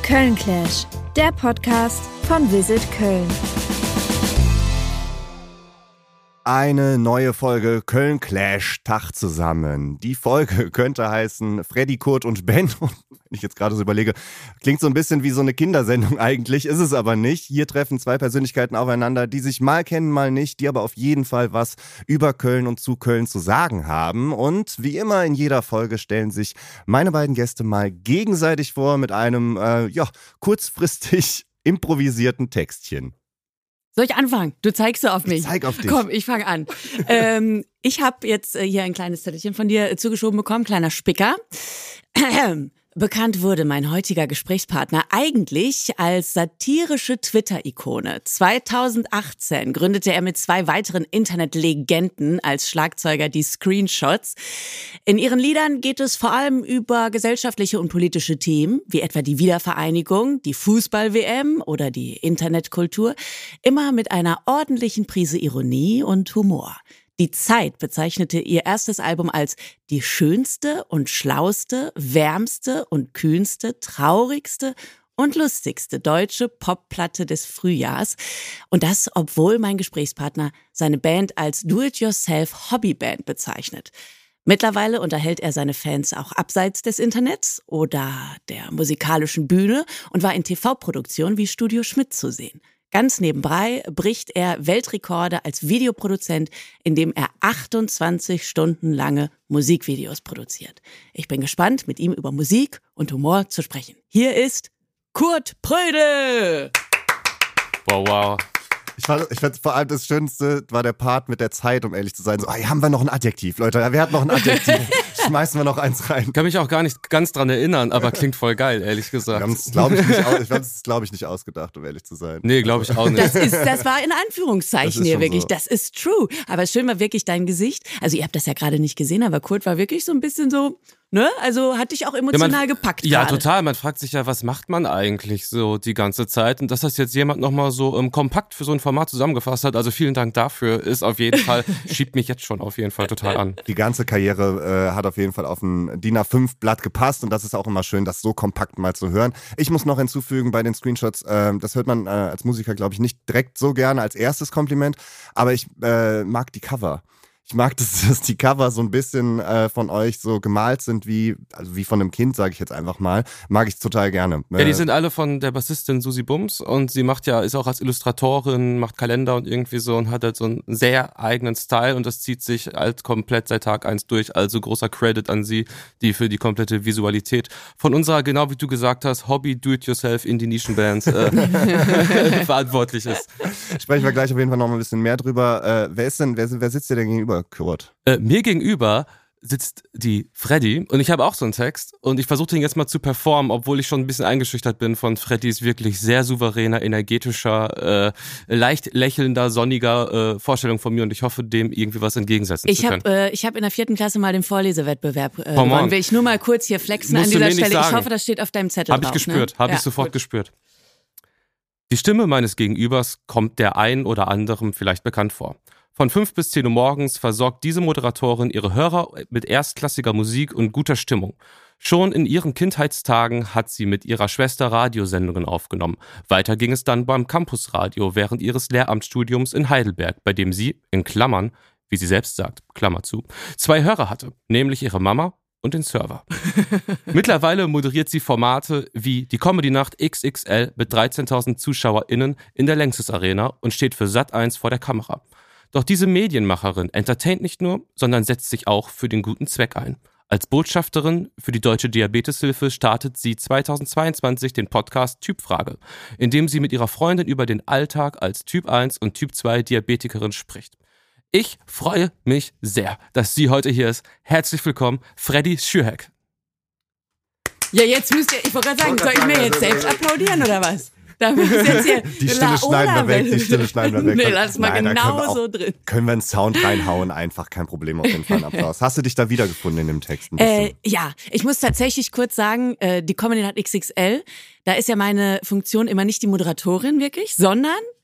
Köln Clash, der Podcast von Visit Köln. Eine neue Folge Köln Clash, Tag zusammen. Die Folge könnte heißen Freddy, Kurt und Ben. Und wenn ich jetzt gerade so überlege, klingt so ein bisschen wie so eine Kindersendung eigentlich, ist es aber nicht. Hier treffen zwei Persönlichkeiten aufeinander, die sich mal kennen, mal nicht, die aber auf jeden Fall was über Köln und zu Köln zu sagen haben. Und wie immer in jeder Folge stellen sich meine beiden Gäste mal gegenseitig vor mit einem, kurzfristig improvisierten Textchen. Soll ich anfangen? Du zeigst so auf mich. Ich zeig auf dich. Komm, ich fange an. Ich habe jetzt hier ein kleines Zettelchen von dir zugeschoben bekommen, kleiner Spicker. Bekannt wurde mein heutiger Gesprächspartner eigentlich als satirische Twitter-Ikone. 2018 gründete er mit zwei weiteren Internetlegenden als Schlagzeuger die Screenshots. In ihren Liedern geht es vor allem über gesellschaftliche und politische Themen, wie etwa die Wiedervereinigung, die Fußball-WM oder die Internetkultur, immer mit einer ordentlichen Prise Ironie und Humor. Die Zeit bezeichnete ihr erstes Album als die schönste und schlauste, wärmste und kühnste, traurigste und lustigste deutsche Popplatte des Frühjahrs. Und das, obwohl mein Gesprächspartner seine Band als Do-it-yourself-Hobbyband bezeichnet. Mittlerweile unterhält er seine Fans auch abseits des Internets oder der musikalischen Bühne und war in TV-Produktionen wie Studio Schmidt zu sehen. Ganz nebenbei bricht er Weltrekorde als Videoproduzent, indem er 28 Stunden lange Musikvideos produziert. Ich bin gespannt, mit ihm über Musik und Humor zu sprechen. Hier ist Kurt Prödel! Wow. Ich fand vor allem das Schönste war der Part mit der Zeit, um ehrlich zu sein. So, hier haben wir noch ein Adjektiv, Leute. Wer hat noch ein Adjektiv? Schmeißen wir noch eins rein. Kann mich auch gar nicht ganz dran erinnern, aber klingt voll geil, ehrlich gesagt. Wir haben es, glaube ich, nicht ausgedacht, um ehrlich zu sein. Nee, glaube ich auch nicht. Das war in Anführungszeichen hier wirklich. So. Das ist true. Aber schön war wirklich dein Gesicht. Also ihr habt das ja gerade nicht gesehen, aber Kurt war wirklich so ein bisschen so, ne? Also hat dich auch emotional gepackt. Ja, gerade. total. Man fragt sich ja, was macht man eigentlich so die ganze Zeit? Und dass das jetzt jemand nochmal so kompakt für so ein Format zusammengefasst hat, also vielen Dank dafür, ist auf jeden Fall, schiebt mich jetzt schon auf jeden Fall total an. Die ganze Karriere hat auf jeden Fall auf ein DIN A5-Blatt gepasst und das ist auch immer schön, das so kompakt mal zu hören. Ich muss noch hinzufügen bei den Screenshots, das hört man als Musiker, glaube ich, nicht direkt so gerne als erstes Kompliment, aber ich mag die Cover. Ich mag, dass die Cover so ein bisschen von euch so gemalt sind wie von einem Kind, sage ich jetzt einfach mal. Mag ich total gerne. Ja, die sind alle von der Bassistin Susi Bums und sie ist auch als Illustratorin, macht Kalender und irgendwie so und hat halt so einen sehr eigenen Style und das zieht sich halt komplett seit Tag 1 durch. Also großer Credit an sie, die für die komplette Visualität von unserer, genau wie du gesagt hast, Hobby Do-it-yourself in die Nischenbands verantwortlich ist. Sprechen wir gleich auf jeden Fall noch mal ein bisschen mehr drüber. Wer sitzt dir denn gegenüber? Kurt. Mir gegenüber sitzt die Freddy und ich habe auch so einen Text und ich versuche den jetzt mal zu performen, obwohl ich schon ein bisschen eingeschüchtert bin von Freddys wirklich sehr souveräner, energetischer, leicht lächelnder, sonniger Vorstellung von mir und ich hoffe, dem irgendwie was entgegensetzen zu können. Ich hab in der 4. Klasse mal den Vorlesewettbewerb gewonnen. Will ich nur mal kurz hier flexen an dieser Stelle. Ich hoffe, das steht auf deinem Zettel drauf. Habe ich sofort gespürt. Die Stimme meines Gegenübers kommt der ein oder anderem vielleicht bekannt vor. Von 5 bis 10 Uhr morgens versorgt diese Moderatorin ihre Hörer mit erstklassiger Musik und guter Stimmung. Schon in ihren Kindheitstagen hat sie mit ihrer Schwester Radiosendungen aufgenommen. Weiter ging es dann beim Campusradio während ihres Lehramtsstudiums in Heidelberg, bei dem sie, in Klammern, wie sie selbst sagt, Klammer zu, 2 Hörer hatte, nämlich ihre Mama und den Server. Mittlerweile moderiert sie Formate wie die Comedy-Nacht XXL mit 13.000 ZuschauerInnen in der Längstes Arena und steht für Sat.1 vor der Kamera. Doch diese Medienmacherin entertaint nicht nur, sondern setzt sich auch für den guten Zweck ein. Als Botschafterin für die Deutsche Diabeteshilfe startet sie 2022 den Podcast Typfrage, in dem sie mit ihrer Freundin über den Alltag als Typ 1 und Typ 2 Diabetikerin spricht. Ich freue mich sehr, dass sie heute hier ist. Herzlich willkommen, Freddy Schürheck. Ja, jetzt müsst ihr, ich wollte gerade sagen, soll ich mir jetzt selbst applaudieren oder was? Da jetzt hier die Stimme schneiden wir weg. Nee, lass mal genau so drin. Können wir einen Sound reinhauen, einfach kein Problem, auf jeden Fall einen Applaus. Hast du dich da wiedergefunden in dem Text? Ja, ich muss tatsächlich kurz sagen, die Comedy-Nacht XXL, da ist ja meine Funktion immer nicht die Moderatorin wirklich, sondern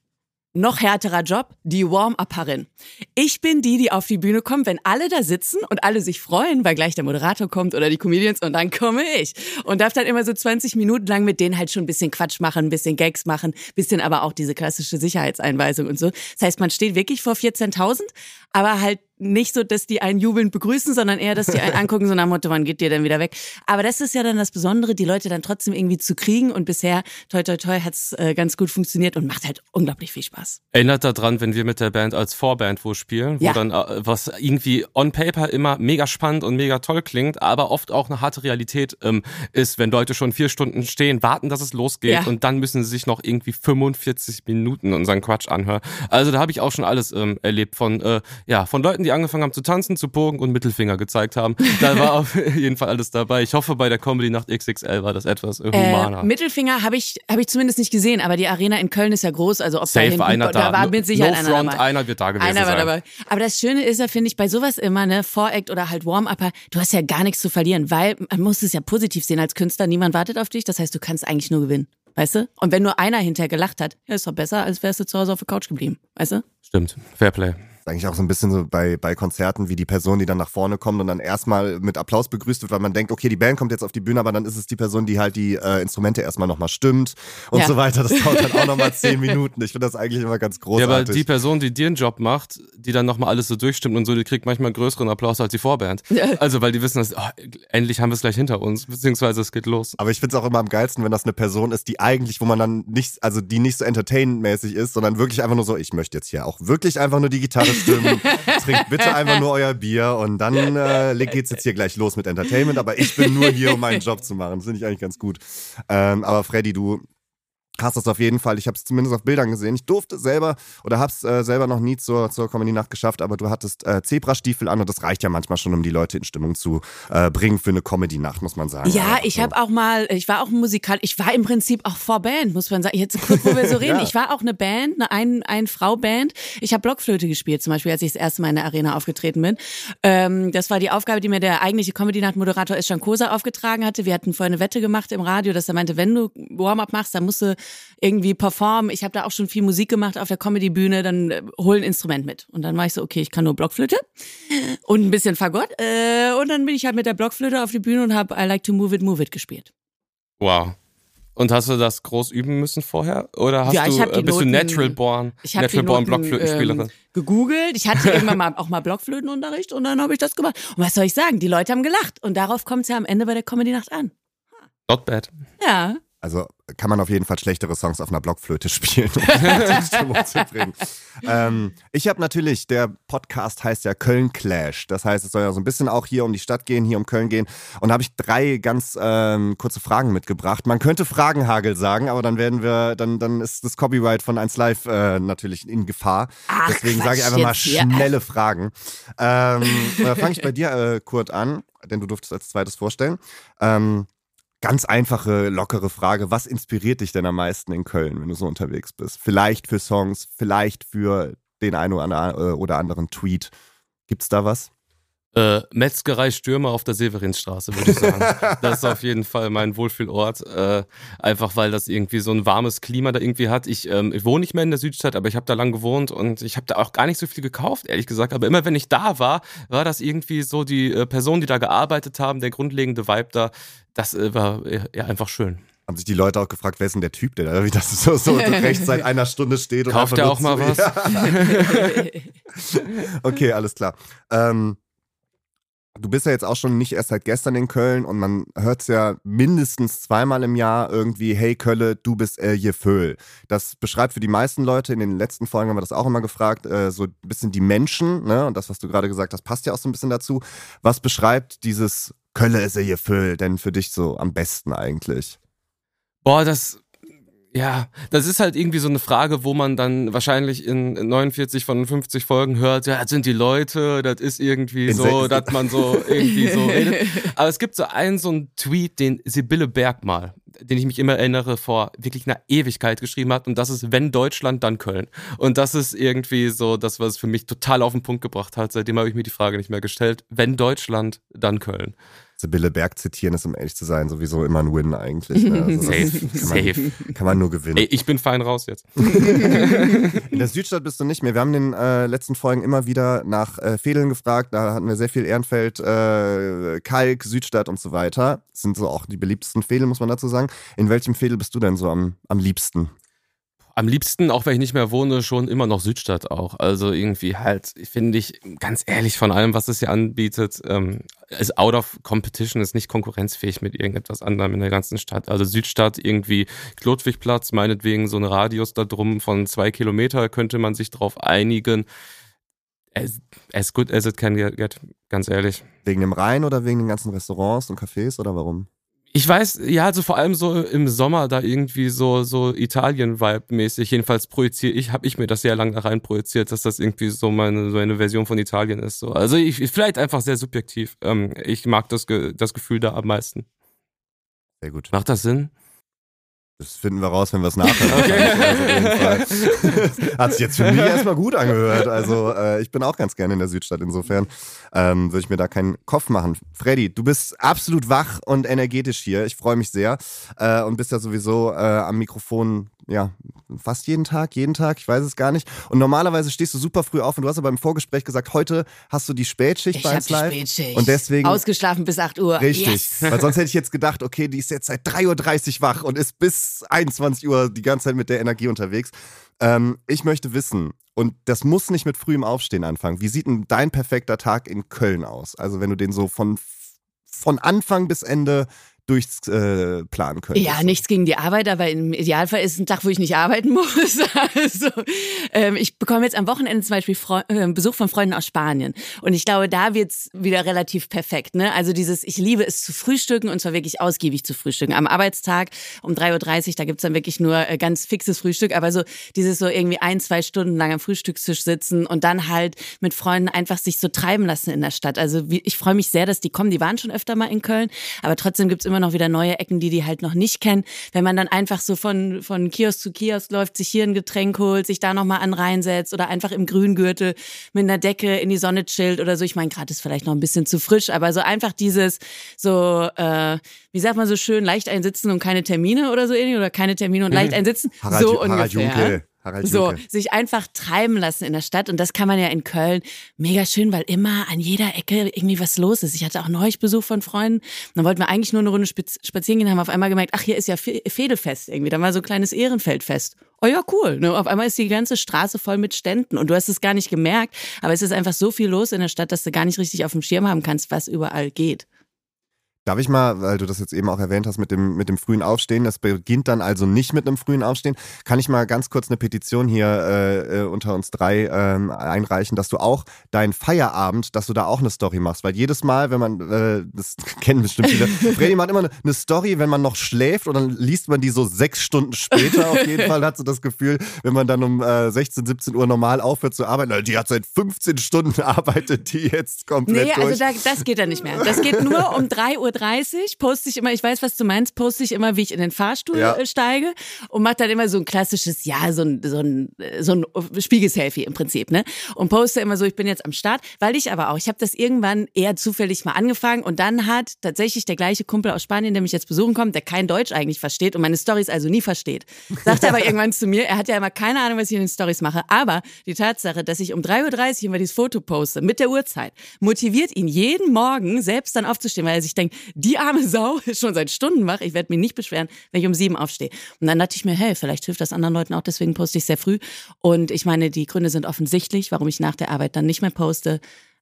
noch härterer Job, die Warm-Upperin. Ich bin die auf die Bühne kommt, wenn alle da sitzen und alle sich freuen, weil gleich der Moderator kommt oder die Comedians und dann komme ich. Und darf dann immer so 20 Minuten lang mit denen halt schon ein bisschen Quatsch machen, ein bisschen Gags machen, ein bisschen aber auch diese klassische Sicherheitseinweisung und so. Das heißt, man steht wirklich vor 14.000, aber halt nicht so, dass die einen jubelnd begrüßen, sondern eher, dass die einen angucken, so nach dem Motto, wann geht ihr denn wieder weg? Aber das ist ja dann das Besondere, die Leute dann trotzdem irgendwie zu kriegen und bisher, toi toi toi, hat's ganz gut funktioniert und macht halt unglaublich viel Spaß. Erinnert daran, wenn wir mit der Band als Vorband wo spielen, wo dann was irgendwie on paper immer mega spannend und mega toll klingt, aber oft auch eine harte Realität ist, wenn Leute schon 4 Stunden stehen, warten, dass es losgeht und dann müssen sie sich noch irgendwie 45 Minuten unseren Quatsch anhören. Also da habe ich auch schon alles erlebt von Leuten, die angefangen haben zu tanzen, zu pogen und Mittelfinger gezeigt haben. Da war auf jeden Fall alles dabei. Ich hoffe, bei der Comedy-Nacht XXL war das etwas humaner. Mittelfinger habe ich zumindest nicht gesehen, aber die Arena in Köln ist ja groß, also ob Safe da hinten, da war mit Sicherheit einer dabei. Einer wird da gewesen einer war sein. dabei. Aber das Schöne ist ja, finde ich, bei sowas immer, ne, Voract oder halt Warm-Upper, du hast ja gar nichts zu verlieren, weil man muss es ja positiv sehen als Künstler, niemand wartet auf dich, das heißt, du kannst eigentlich nur gewinnen, weißt du? Und wenn nur einer hinterher gelacht hat, ja, ist doch besser, als wärst du zu Hause auf der Couch geblieben, weißt du? Stimmt, Fairplay. ist eigentlich auch so ein bisschen so bei Konzerten, wie die Person, die dann nach vorne kommt und dann erstmal mit Applaus begrüßt wird, weil man denkt, okay, die Band kommt jetzt auf die Bühne, aber dann ist es die Person, die halt die Instrumente erstmal nochmal stimmt und so weiter. Das dauert dann auch nochmal 10 Minuten. Ich finde das eigentlich immer ganz großartig. Ja, aber die Person, die dir einen Job macht, die dann nochmal alles so durchstimmt und so, die kriegt manchmal einen größeren Applaus als die Vorband. Ja. Also, weil die wissen, dass, endlich haben wir es gleich hinter uns, beziehungsweise es geht los. Aber ich finde es auch immer am geilsten, wenn das eine Person ist, die eigentlich, wo man dann nicht, also die nicht so entertainmentmäßig ist, sondern wirklich einfach nur so, ich möchte jetzt hier auch wirklich einfach nur die Gitarre stimmen, trinkt bitte einfach nur euer Bier und dann geht's jetzt hier gleich los mit Entertainment, aber ich bin nur hier, um meinen Job zu machen. Das finde ich eigentlich ganz gut. Aber Freddy, du hast das auf jeden Fall, ich habe es zumindest auf Bildern gesehen. Ich durfte selber oder habe es selber noch nie zur Comedy-Nacht geschafft, aber du hattest Zebrastiefel an und das reicht ja manchmal schon, um die Leute in Stimmung zu bringen für eine Comedy-Nacht, muss man sagen. Ja, ich war auch Musikal, ich war im Prinzip auch Vorband, muss man sagen. Jetzt kurz, wo wir so reden, Ich war auch eine Band, eine Ein-Frau-Band. Ich habe Blockflöte gespielt, zum Beispiel, als ich das erste Mal in der Arena aufgetreten bin. Das war die Aufgabe, die mir der eigentliche Comedy-Nacht-Moderator Özcan Kosa aufgetragen hatte. Wir hatten vorher eine Wette gemacht im Radio, dass er meinte, wenn du Warm-up machst, dann musst du irgendwie performen. Ich habe da auch schon viel Musik gemacht auf der Comedy-Bühne, dann hol ein Instrument mit. Und dann war ich so, okay, ich kann nur Blockflöte und ein bisschen Fagott. Und dann bin ich halt mit der Blockflöte auf die Bühne und habe I Like to Move It gespielt. Wow. Und hast du das groß üben müssen vorher? Oder bist du Natural Born Blockflötenspielerin? Gegoogelt. Ich hatte irgendwann auch mal Blockflötenunterricht und dann habe ich das gemacht. Und was soll ich sagen? Die Leute haben gelacht. Und darauf kommt es ja am Ende bei der Comedy-Nacht an. Not bad. Ja. Also kann man auf jeden Fall schlechtere Songs auf einer Blockflöte spielen, um die Stimmung zu bringen. Ich habe natürlich, der Podcast heißt ja Köln Clash. Das heißt, es soll ja so ein bisschen auch hier um die Stadt gehen, hier um Köln gehen. Und da habe ich 3 ganz kurze Fragen mitgebracht. Man könnte Fragenhagel sagen, aber dann ist das Copyright von 1Live natürlich in Gefahr. Ach, deswegen sage ich einfach mal schnelle Fragen. Da fange ich bei dir, Kurt, an, denn du durftest als zweites vorstellen. Ganz einfache, lockere Frage. Was inspiriert dich denn am meisten in Köln, wenn du so unterwegs bist? Vielleicht für Songs, vielleicht für den einen oder anderen Tweet. Gibt's da was? Metzgerei Stürmer auf der Severinsstraße, würde ich sagen. Das ist auf jeden Fall mein Wohlfühlort. Einfach weil das irgendwie so ein warmes Klima da irgendwie hat. Ich wohne nicht mehr in der Südstadt, aber ich habe da lang gewohnt und ich habe da auch gar nicht so viel gekauft, ehrlich gesagt. Aber immer wenn ich da war das irgendwie so die Personen, die da gearbeitet haben, der grundlegende Vibe da, das war ja einfach schön. Haben sich die Leute auch gefragt, wer ist denn der Typ, der da wieder so rechts seit einer Stunde steht? Und kauft der auch mal was? Ja. Okay, alles klar. Du bist ja jetzt auch schon nicht erst seit gestern in Köln und man hört es ja mindestens 2-mal im Jahr irgendwie, hey Kölle, du bist je Föhl. Das beschreibt für die meisten Leute, in den letzten Folgen haben wir das auch immer gefragt, so ein bisschen die Menschen, ne? Und das, was du gerade gesagt hast, passt ja auch so ein bisschen dazu. Was beschreibt dieses Kölle ist je Föhl denn für dich so am besten eigentlich? Boah, das ist halt irgendwie so eine Frage, wo man dann wahrscheinlich in 49 von 50 Folgen hört, ja, das sind die Leute, das ist irgendwie so, dass man so irgendwie so redet. Aber es gibt so einen Tweet, den Sibylle Bergmal, den ich mich immer erinnere, vor wirklich einer Ewigkeit geschrieben hat und das ist, wenn Deutschland, dann Köln. Und das ist irgendwie so das, was es für mich total auf den Punkt gebracht hat. Seitdem habe ich mir die Frage nicht mehr gestellt. Wenn Deutschland, dann Köln. Sibylle Berg zitieren ist, um ehrlich zu sein, sowieso immer ein Win eigentlich. Ne? Also Safe. Kann man nur gewinnen. Ey, ich bin fein raus jetzt. In der Südstadt bist du nicht mehr. Wir haben in den letzten Folgen immer wieder nach Vedeln gefragt. Da hatten wir sehr viel Ehrenfeld, Kalk, Südstadt und so weiter. Das sind so auch die beliebtesten Vedeln, muss man dazu sagen. In welchem Veedel bist du denn so am liebsten? Am liebsten, auch wenn ich nicht mehr wohne, schon immer noch Südstadt auch. Also irgendwie halt, finde ich, ganz ehrlich, von allem, was es hier anbietet, ist out of competition, ist nicht konkurrenzfähig mit irgendetwas anderem in der ganzen Stadt. Also Südstadt, irgendwie Klotwigplatz, meinetwegen so ein Radius da drum von 2 Kilometer, könnte man sich drauf einigen. As good as it can get, ganz ehrlich. Wegen dem Rhein oder wegen den ganzen Restaurants und Cafés oder warum? Ich weiß, ja, also vor allem so im Sommer da irgendwie so Italien-Vibe-mäßig. Jedenfalls habe ich mir das sehr lange da rein projiziert, dass das irgendwie so eine Version von Italien ist. So. Also vielleicht einfach sehr subjektiv. Ich mag das Gefühl da am meisten. Sehr gut. Macht das Sinn? Das finden wir raus, wenn wir es nachhören. Okay. Also auf jeden Fall. Hat sich jetzt für mich erstmal gut angehört. Also ich bin auch ganz gerne in der Südstadt. Insofern würde ich mir da keinen Kopf machen. Freddy, du bist absolut wach und energetisch hier. Ich freue mich sehr und bist ja sowieso am Mikrofon, ja, fast jeden Tag, ich weiß es gar nicht. Und normalerweise stehst du super früh auf und du hast aber im Vorgespräch gesagt, heute hast du die Spätschicht bei uns live. Spätschicht. Und deswegen ausgeschlafen bis 8 Uhr. Richtig, yes. Weil sonst hätte ich jetzt gedacht, okay, die ist jetzt seit 3.30 Uhr wach und ist bis 21 Uhr die ganze Zeit mit der Energie unterwegs. Ich möchte wissen, und das muss nicht mit frühem Aufstehen anfangen, wie sieht denn dein perfekter Tag in Köln aus? Also wenn du den so von Anfang bis Ende durchplanen könntest. Ja, nichts gegen die Arbeit, aber im Idealfall ist es ein Tag, wo ich nicht arbeiten muss. Also, ich bekomme jetzt am Wochenende zum Beispiel Besuch von Freunden aus Spanien. Und ich glaube, da wird's wieder relativ perfekt. Ne? Also ich liebe es zu frühstücken und zwar wirklich ausgiebig zu frühstücken. Am Arbeitstag um 3.30 Uhr, da gibt's dann wirklich nur ganz fixes Frühstück. Aber so dieses so irgendwie 1-2 Stunden lang am Frühstückstisch sitzen und dann halt mit Freunden einfach sich so treiben lassen in der Stadt. Also ich freue mich sehr, dass die kommen. Die waren schon öfter mal in Köln, aber trotzdem gibt's immer noch wieder neue Ecken, die halt noch nicht kennen. Wenn man dann einfach so von Kiosk zu Kiosk läuft, sich hier ein Getränk holt, sich da nochmal an reinsetzt oder einfach im Grüngürtel mit einer Decke in die Sonne chillt oder so. Ich meine, gerade ist vielleicht noch ein bisschen zu frisch, aber so einfach dieses so, wie sagt man so schön, leicht einsitzen und keine Termine oder so ähnlich oder keine Termine und leicht einsitzen. Harald ungefähr. Junke. So, sich einfach treiben lassen in der Stadt und das kann man ja in Köln mega schön, weil immer an jeder Ecke irgendwie was los ist. Ich hatte auch neulich Besuch von Freunden, dann wollten wir eigentlich nur eine Runde spazieren gehen, haben auf einmal gemerkt, ach, hier ist ja Vedelfest irgendwie, da war so ein kleines Ehrenfeldfest. Oh ja, cool, ne? Auf einmal ist die ganze Straße voll mit Ständen und du hast es gar nicht gemerkt, aber es ist einfach so viel los in der Stadt, dass du gar nicht richtig auf dem Schirm haben kannst, was überall geht. Darf ich mal, weil du das jetzt eben auch erwähnt hast mit dem frühen Aufstehen, das beginnt dann also nicht mit einem frühen Aufstehen, kann ich mal ganz kurz eine Petition hier unter uns drei einreichen, dass du auch deinen Feierabend, dass du da auch eine Story machst, weil jedes Mal, wenn man, das kennen bestimmt viele, Freddy macht immer eine Story, wenn man noch schläft und dann liest man die so 6 Stunden später, auf jeden Fall hat so das Gefühl, wenn man dann um 16, 17 Uhr normal aufhört zu arbeiten, die hat seit 15 Stunden arbeitet, die jetzt komplett durch. Also das geht dann nicht mehr. Das geht nur um 3:30 Uhr, poste ich immer, ich weiß, was du meinst, poste ich immer, wie ich in den Fahrstuhl steige und mache dann immer so ein klassisches, so ein Spiegelselfie im Prinzip, ne? Und poste immer so, ich bin jetzt am Start, weil ich aber auch, ich habe das irgendwann eher zufällig mal angefangen und dann hat tatsächlich der gleiche Kumpel aus Spanien, der mich jetzt besuchen kommt, der kein Deutsch eigentlich versteht und meine Storys also nie versteht, sagt aber irgendwann zu mir, er hat ja immer keine Ahnung, was ich in den Storys mache, aber die Tatsache, dass ich um 3:30 Uhr immer dieses Foto poste mit der Uhrzeit, motiviert ihn jeden Morgen selbst dann aufzustehen, weil er sich denkt, die arme Sau ist schon seit Stunden wach, ich werde mich nicht beschweren, wenn ich um 7 aufstehe. Und dann dachte ich mir, hey, vielleicht hilft das anderen Leuten auch, deswegen poste ich sehr früh. Und ich meine, die Gründe sind offensichtlich, warum ich nach der Arbeit dann nicht mehr poste.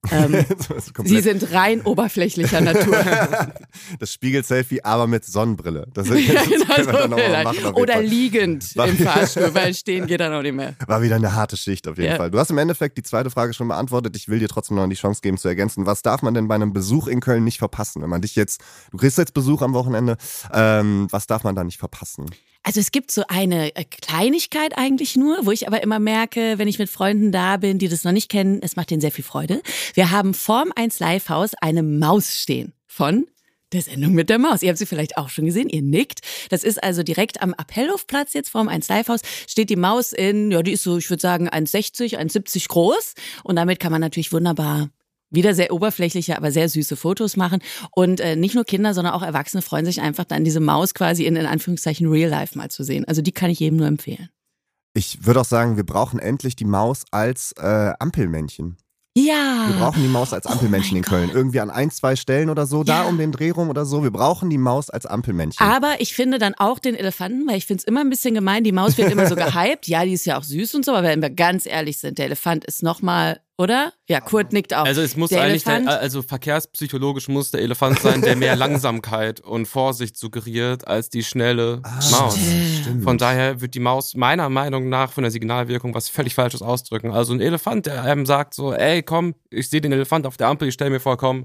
Sie sind rein oberflächlicher Natur. Das Spiegel-Selfie, aber mit Sonnenbrille. Das können wir dann auch mal machen. Oder liegend im Fahrstuhl, weil stehen geht dann auch nicht mehr. War wieder eine harte Schicht auf jeden Fall. Du hast im Endeffekt die zweite Frage schon beantwortet. Ich will dir trotzdem noch die Chance geben zu ergänzen. Was darf man denn bei einem Besuch in Köln nicht verpassen? Wenn man dich jetzt, du kriegst jetzt Besuch am Wochenende, was darf man da nicht verpassen? Also es gibt so eine Kleinigkeit eigentlich nur, wo ich aber immer merke, wenn ich mit Freunden da bin, die das noch nicht kennen, es macht denen sehr viel Freude. Wir haben vorm 1 Live-Haus eine Maus stehen von der Sendung mit der Maus. Ihr habt sie vielleicht auch schon gesehen, ihr nickt. Das ist also direkt am Appellhofplatz jetzt vorm 1 Live-Haus, steht die Maus die ist so, ich würde sagen, 1,60, 1,70 groß und damit kann man natürlich wunderbar wieder sehr oberflächliche, aber sehr süße Fotos machen. Und nicht nur Kinder, sondern auch Erwachsene freuen sich einfach dann, diese Maus quasi in Anführungszeichen Real Life mal zu sehen. Also die kann ich jedem nur empfehlen. Ich würde auch sagen, wir brauchen endlich die Maus als Ampelmännchen. Ja. Wir brauchen die Maus als Ampelmännchen in Köln. Gott. Irgendwie an 1, 2 Stellen oder so, da um den Dreh rum oder so. Wir brauchen die Maus als Ampelmännchen. Aber ich finde dann auch den Elefanten, weil ich finde es immer ein bisschen gemein, die Maus wird immer so gehypt. Ja, die ist ja auch süß und so, aber wenn wir ganz ehrlich sind, der Elefant ist nochmal, oder? Ja, Kurt nickt auch. Also es muss der eigentlich, Elefant, also verkehrspsychologisch muss der Elefant sein, der mehr Langsamkeit und Vorsicht suggeriert als die schnelle Maus. Stimmt. Von daher wird die Maus meiner Meinung nach von der Signalwirkung was völlig Falsches ausdrücken. Also ein Elefant, der einem sagt so, ey komm, ich sehe den Elefant auf der Ampel, ich stelle mir vor, komm,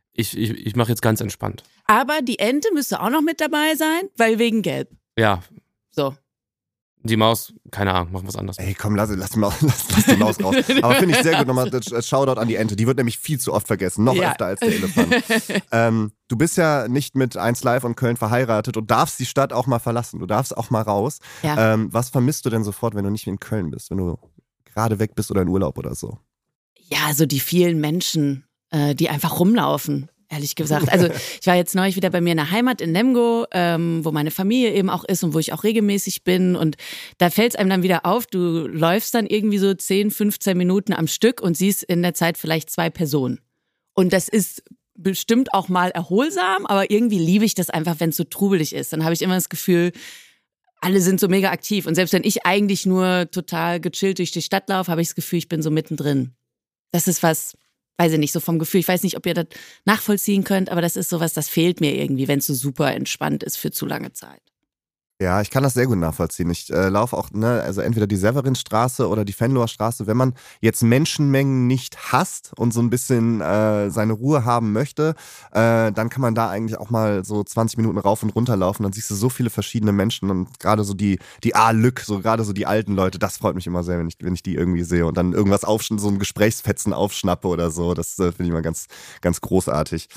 ich mache jetzt ganz entspannt. aber die Ente müsste auch noch mit dabei sein, weil wegen Gelb. Ja, So. die Maus, keine Ahnung, machen was anderes. Ey, komm, lass die Maus raus. Aber finde ich sehr gut. Nochmal Shoutout an die Ente. Die wird nämlich viel zu oft vergessen. Noch Ja. öfter als der Elefant. Du bist ja nicht mit 1 Live und Köln verheiratet und darfst die Stadt auch mal verlassen. Du darfst auch mal raus. Ja. Was vermisst du denn sofort, wenn du nicht in Köln bist? Wenn du gerade weg bist oder in Urlaub oder so? Ja, so die vielen Menschen, die einfach rumlaufen, ehrlich gesagt. Also ich war jetzt neulich wieder bei mir in der Heimat in Lemgo, wo meine Familie eben auch ist und wo ich auch regelmäßig bin. Und da fällt es einem dann wieder auf, du läufst dann irgendwie so 10, 15 Minuten am Stück und siehst in der Zeit vielleicht 2 Personen. Und das ist bestimmt auch mal erholsam, aber irgendwie liebe ich das einfach, wenn es so trubelig ist. Dann habe ich immer das Gefühl, alle sind so mega aktiv. Und selbst wenn ich eigentlich nur total gechillt durch die Stadt laufe, habe ich das Gefühl, ich bin so mittendrin. Das ist was, weiß ich nicht, so vom Gefühl. Ich weiß nicht, ob ihr das nachvollziehen könnt, aber das ist sowas, das fehlt mir irgendwie, wenn es so super entspannt ist für zu lange Zeit. Ja, ich kann das sehr gut nachvollziehen. Ich laufe auch, also entweder die Severinstraße oder die Venloer Straße. Wenn man jetzt Menschenmengen nicht hasst und so ein bisschen seine Ruhe haben möchte, dann kann man da eigentlich auch mal so 20 Minuten rauf und runter laufen. Dann siehst du so viele verschiedene Menschen und gerade so die A-Lück, so gerade so die alten Leute, das freut mich immer sehr, wenn ich die irgendwie sehe und dann irgendwas so ein Gesprächsfetzen aufschnappe oder so. Das finde ich immer ganz, ganz großartig.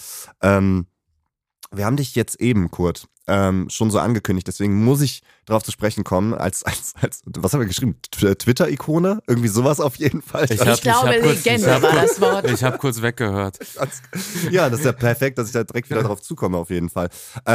Wir haben dich jetzt eben, Kurt, schon so angekündigt, deswegen muss ich darauf zu sprechen kommen, als was haben wir geschrieben? Twitter-Ikone? Irgendwie sowas auf jeden Fall. Ich glaube, Legende war das Wort. Ich habe kurz weggehört. Ja, das ist ja perfekt, dass ich da direkt wieder drauf zukomme, auf jeden Fall.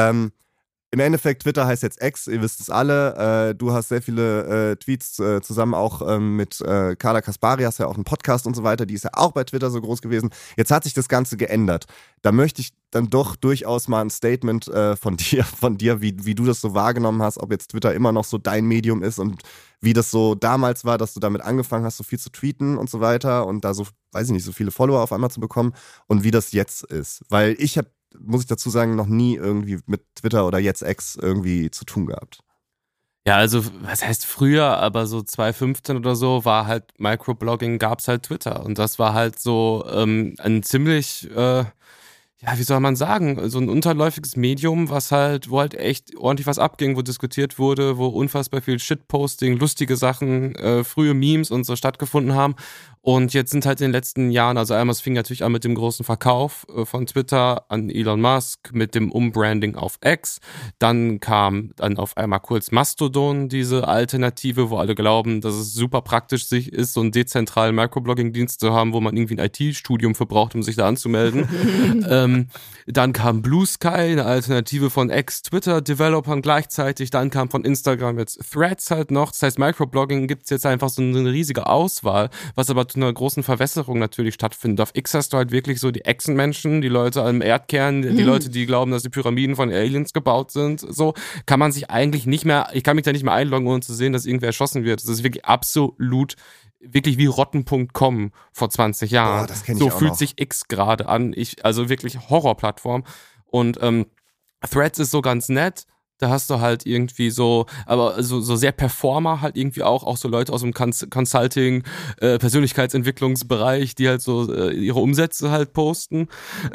Im Endeffekt, Twitter heißt jetzt X, ihr wisst es alle. Du hast sehr viele Tweets zusammen auch mit Carla Kaspari, hast ja auch einen Podcast und so weiter. Die ist ja auch bei Twitter so groß gewesen. Jetzt hat sich das Ganze geändert. Da möchte ich dann doch durchaus mal ein Statement von dir, wie du das so wahrgenommen hast, ob jetzt Twitter immer noch so dein Medium ist und wie das so damals war, dass du damit angefangen hast, so viel zu tweeten und so weiter und da so, weiß ich nicht, so viele Follower auf einmal zu bekommen und wie das jetzt ist. Weil ich habe, muss ich dazu sagen, noch nie irgendwie mit Twitter oder jetzt X irgendwie zu tun gehabt. Ja, also was heißt früher, aber so 2015 oder so war halt Microblogging, gab's halt Twitter und das war halt so ein ziemlich, ja, wie soll man sagen, so ein unterläufiges Medium, wo halt echt ordentlich was abging, wo diskutiert wurde, wo unfassbar viel Shitposting, lustige Sachen, frühe Memes und so stattgefunden haben. Und jetzt sind halt in den letzten Jahren, also einmal, es fing natürlich an mit dem großen Verkauf von Twitter an Elon Musk, mit dem Umbranding auf X. Dann kam dann auf einmal kurz Mastodon, diese Alternative, wo alle glauben, dass es super praktisch ist, so einen dezentralen Microblogging-Dienst zu haben, wo man irgendwie ein IT-Studium für braucht, um sich da anzumelden. Dann kam Blue Sky, eine Alternative von Ex-Twitter-Developern gleichzeitig. Dann kam von Instagram jetzt Threads halt noch. Das heißt, Microblogging gibt es jetzt einfach so eine riesige Auswahl, was aber zu einer großen Verwässerung natürlich stattfindet. Auf X hast du halt wirklich so die Echsenmenschen, die Leute am Erdkern, die Leute, die glauben, dass die Pyramiden von Aliens gebaut sind. So kann man sich eigentlich nicht mehr, ich kann mich da nicht mehr einloggen, ohne zu sehen, dass irgendwer erschossen wird. Das ist wirklich absolut, wirklich wie rotten.com vor 20 Jahren. Boah, das kenn ich so auch fühlt noch. sich X gerade an. Also wirklich Horrorplattform. Und Threads ist so ganz nett. Da hast du halt irgendwie so, aber so sehr Performer halt irgendwie auch so Leute aus dem Consulting, Persönlichkeitsentwicklungsbereich, die halt so ihre Umsätze halt posten.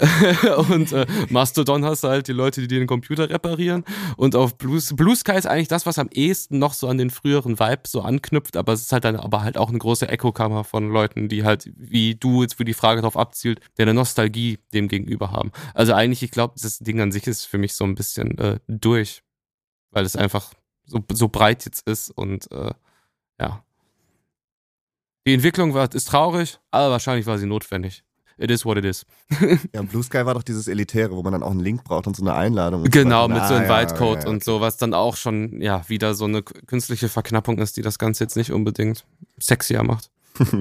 Und Mastodon hast du halt die Leute, die dir den Computer reparieren. Und auf Blue Sky ist eigentlich das, was am ehesten noch so an den früheren Vibe so anknüpft, aber es ist halt dann aber halt auch eine große Echokammer von Leuten, die halt, wie du jetzt, wo die Frage darauf abzielt, der eine Nostalgie dem gegenüber haben. Also eigentlich, ich glaube, das Ding an sich ist für mich so ein bisschen durch. Weil es einfach so breit jetzt ist und ja. Die Entwicklung ist traurig, aber wahrscheinlich war sie notwendig. it is what it is. Ja, Blue Sky war doch dieses Elitäre, wo man dann auch einen Link braucht und so eine Einladung. Genau, mit so einem Invite-Code und so, was dann auch schon wieder so eine künstliche Verknappung ist, die das Ganze jetzt nicht unbedingt sexier macht.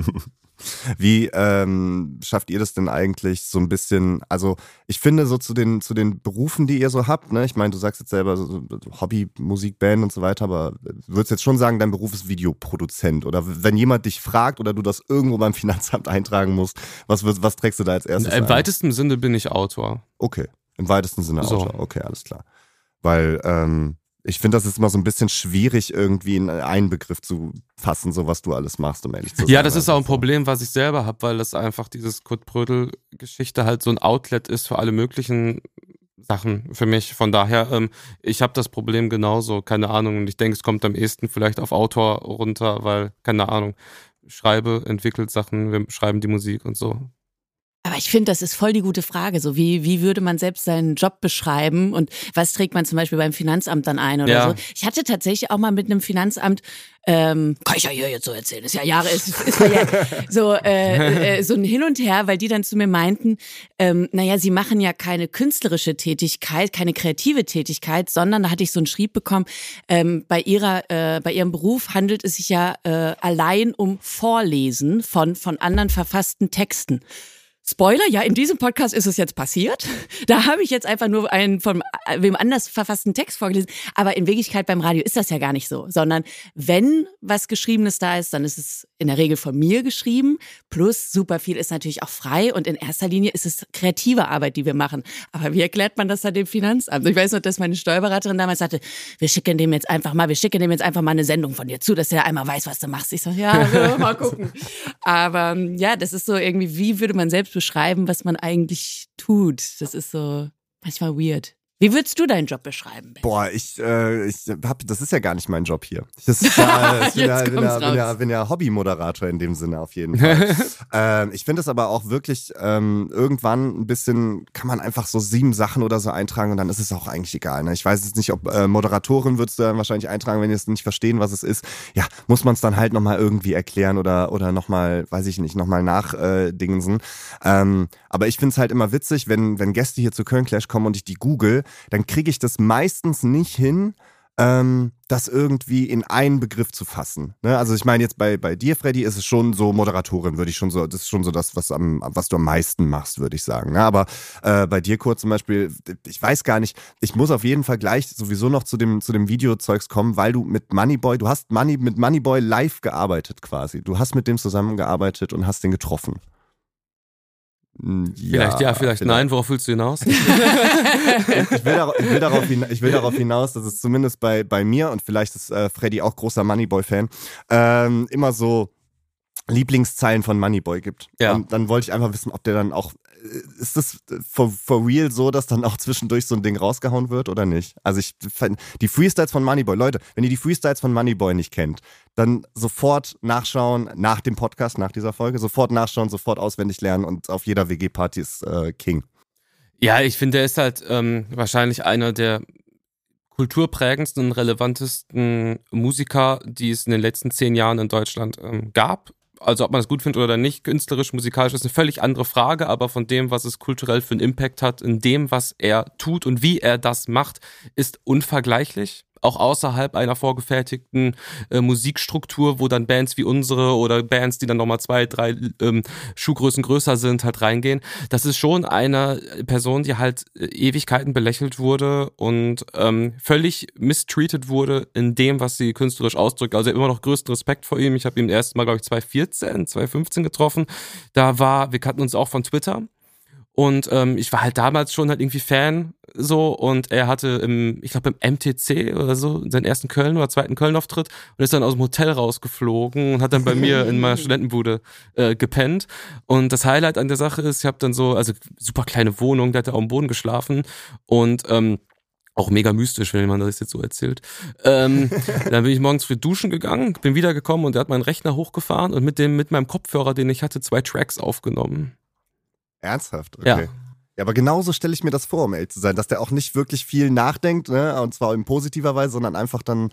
Wie schafft ihr das denn eigentlich so ein bisschen, also ich finde so zu den Berufen, die ihr so habt, ne? Ich meine, du sagst jetzt selber so Hobby, Musikband und so weiter, aber würdest jetzt schon sagen, dein Beruf ist Videoproduzent oder wenn jemand dich fragt oder du das irgendwo beim Finanzamt eintragen musst, was trägst du da als erstes Im weitesten Sinne bin ich Autor. Okay, im weitesten Sinne so. Autor, okay, alles klar. Weil ich finde, das ist immer so ein bisschen schwierig, irgendwie in einen Begriff zu fassen, so was du alles machst, um ehrlich zu sein. Ja, das ist auch ein Problem, was ich selber habe, weil das einfach dieses Kurt Brödel-Geschichte halt so ein Outlet ist für alle möglichen Sachen für mich. Von daher, ich habe das Problem genauso, keine Ahnung. Und ich denke, es kommt am ehesten vielleicht auf Autor runter, weil, keine Ahnung, schreibe, entwickelt Sachen, wir schreiben die Musik und so. Aber ich finde, das ist voll die gute Frage. So, wie würde man selbst seinen Job beschreiben und was trägt man zum Beispiel beim Finanzamt dann ein oder so? Ich hatte tatsächlich auch mal mit einem Finanzamt, kann ich ja hier jetzt so erzählen, ist ja Jahre, ist ja so ein Hin und Her, weil die dann zu mir meinten, sie machen ja keine künstlerische Tätigkeit, keine kreative Tätigkeit, sondern da hatte ich so einen Schrieb bekommen, bei ihrem Beruf handelt es sich ja allein um Vorlesen von anderen verfassten Texten. Spoiler, ja, in diesem Podcast ist es jetzt passiert. Da habe ich jetzt einfach nur einen von wem anders verfassten Text vorgelesen. Aber in Wirklichkeit beim Radio ist das ja gar nicht so. Sondern wenn was Geschriebenes da ist, dann ist es in der Regel von mir geschrieben. Plus super viel ist natürlich auch frei. Und in erster Linie ist es kreative Arbeit, die wir machen. Aber wie erklärt man das dann dem Finanzamt? Ich weiß noch, dass meine Steuerberaterin damals sagte, wir schicken dem jetzt einfach mal eine Sendung von dir zu, dass er einmal weiß, was du machst. Ich so, ja, mal gucken. Aber ja, das ist so irgendwie, wie würde man selbst beschreiben, was man eigentlich tut. Das ist so manchmal weird. Wie würdest du deinen Job beschreiben, Ben? Boah, das ist ja gar nicht mein Job hier. Ich bin ja Hobbymoderator in dem Sinne auf jeden Fall. Ich finde es aber auch wirklich irgendwann ein bisschen, kann man einfach so 7 Sachen oder so eintragen und dann ist es auch eigentlich egal. Ne? Ich weiß jetzt nicht, ob Moderatorin würdest du dann wahrscheinlich eintragen, wenn die es nicht verstehen, was es ist. Ja, muss man es dann halt nochmal irgendwie erklären oder nochmal, weiß ich nicht, nochmal nachdingsen. Aber ich finde es halt immer witzig, wenn Gäste hier zu Köln Clash kommen und ich die google, dann kriege ich das meistens nicht hin, das irgendwie in einen Begriff zu fassen. Ne? Also ich meine jetzt bei dir, Freddy, ist es schon so Moderatorin, würde ich schon so, das ist schon so das, was du am meisten machst, würde ich sagen. Ne? Aber bei dir, Kurt, zum Beispiel, ich weiß gar nicht, ich muss auf jeden Fall gleich sowieso noch zu dem Videozeugs kommen, weil du mit Moneyboy, mit Moneyboy live gearbeitet quasi. Du hast mit dem zusammengearbeitet und hast den getroffen. Vielleicht nein, worauf willst du hinaus? Ich will darauf hinaus, dass es zumindest bei mir, und vielleicht ist Freddy auch großer Moneyboy-Fan, immer so Lieblingszeilen von Moneyboy gibt. Ja. Und dann wollte ich einfach wissen, ob der dann auch, ist das for real so, dass dann auch zwischendurch so ein Ding rausgehauen wird oder nicht? Also die Freestyles von Moneyboy, Leute, wenn ihr die Freestyles von Moneyboy nicht kennt, dann sofort nachschauen, nach dem Podcast, nach dieser Folge, sofort nachschauen, sofort auswendig lernen und auf jeder WG-Party ist King. Ja, ich finde, er ist halt wahrscheinlich einer der kulturprägendsten und relevantesten Musiker, die es in den letzten 10 Jahren in Deutschland gab. Also ob man es gut findet oder nicht, künstlerisch, musikalisch, ist eine völlig andere Frage, aber von dem, was es kulturell für einen Impact hat, in dem, was er tut und wie er das macht, ist unvergleichlich. Auch außerhalb einer vorgefertigten Musikstruktur, wo dann Bands wie unsere oder Bands, die dann nochmal 2, 3 Schuhgrößen größer sind, halt reingehen. Das ist schon eine Person, die halt Ewigkeiten belächelt wurde und völlig mistreated wurde in dem, was sie künstlerisch ausdrückt. Also immer noch größten Respekt vor ihm. Ich habe ihn erst mal, glaube ich, 2015 getroffen. Wir kannten uns auch von Twitter. Und ich war halt damals schon halt irgendwie Fan so und er hatte im MTC oder so seinen ersten Köln oder zweiten Köln-Auftritt und ist dann aus dem Hotel rausgeflogen und hat dann bei mir in meiner Studentenbude gepennt. Und das Highlight an der Sache ist, ich habe dann super kleine Wohnung, der hat auch am Boden geschlafen und auch mega mystisch, wenn man das jetzt so erzählt. Dann bin ich morgens früh duschen gegangen, bin wiedergekommen und er hat meinen Rechner hochgefahren und mit meinem Kopfhörer, den ich hatte, 2 Tracks aufgenommen. Ernsthaft? Okay. Ja. Ja, aber genauso stelle ich mir das vor, um ehrlich zu sein, dass der auch nicht wirklich viel nachdenkt, ne? Und zwar in positiver Weise, sondern einfach dann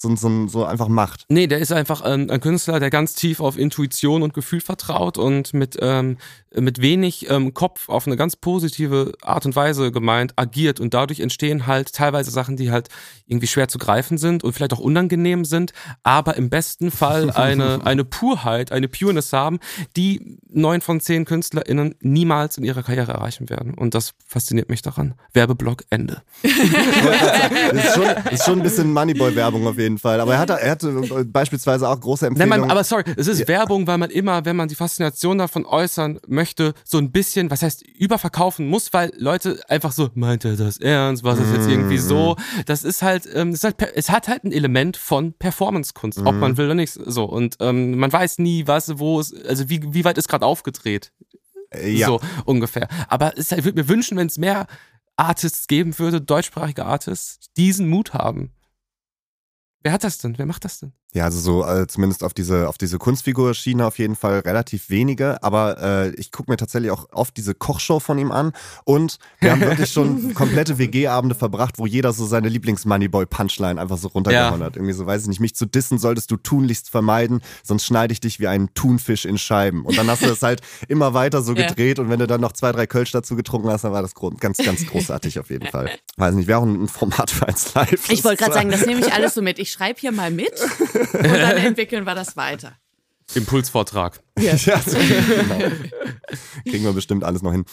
so einfach macht. Nee, der ist einfach ein Künstler, der ganz tief auf Intuition und Gefühl vertraut und mit wenig Kopf auf eine ganz positive Art und Weise gemeint agiert und dadurch entstehen halt teilweise Sachen, die halt irgendwie schwer zu greifen sind und vielleicht auch unangenehm sind, aber im besten Fall eine Purheit, eine Pureness haben, die 9 von 10 KünstlerInnen niemals in ihrer Karriere erreichen werden. Und das fasziniert mich daran. Werbeblock, Ende. Ist schon ein bisschen Moneyboy-Werbung auf jeden Fall. Aber er hatte beispielsweise auch große Empfehlungen. Aber sorry, es ist Werbung, weil man immer, wenn man die Faszination davon äußern möchte, so ein bisschen, was heißt, überverkaufen muss, weil Leute einfach so, meint er das ernst, was ist jetzt irgendwie so? Das ist halt, es hat halt ein Element von Performance-Kunst, ob man will oder nicht. So. Und man weiß nie, wo es, also wie weit ist gerade aufgedreht. Ja. So ungefähr. Aber ich würde mir wünschen, wenn es mehr Artists geben würde, deutschsprachige Artists, diesen Mut haben. Wer hat das denn? Wer macht das denn? Ja, also so zumindest auf diese Kunstfigur-Schiene auf jeden Fall relativ wenige, aber ich gucke mir tatsächlich auch oft diese Kochshow von ihm an und wir haben wirklich schon komplette WG-Abende verbracht, wo jeder so seine Lieblings-Moneyboy-Punchline einfach so runtergehauen hat. Irgendwie so, weiß ich nicht, mich zu dissen solltest du tunlichst vermeiden, sonst schneide ich dich wie einen Thunfisch in Scheiben. Und dann hast du das halt immer weiter so gedreht und wenn du dann noch 2, 3 Kölsch dazu getrunken hast, dann war das ganz, ganz großartig auf jeden Fall. Weiß nicht, wäre auch ein Format für eins live. Ich wollte gerade sagen, das nehme ich alles so mit. Ich schreibe hier mal mit und dann entwickeln wir das weiter. Impulsvortrag. Ja, genau. Kriegen wir bestimmt alles noch hin.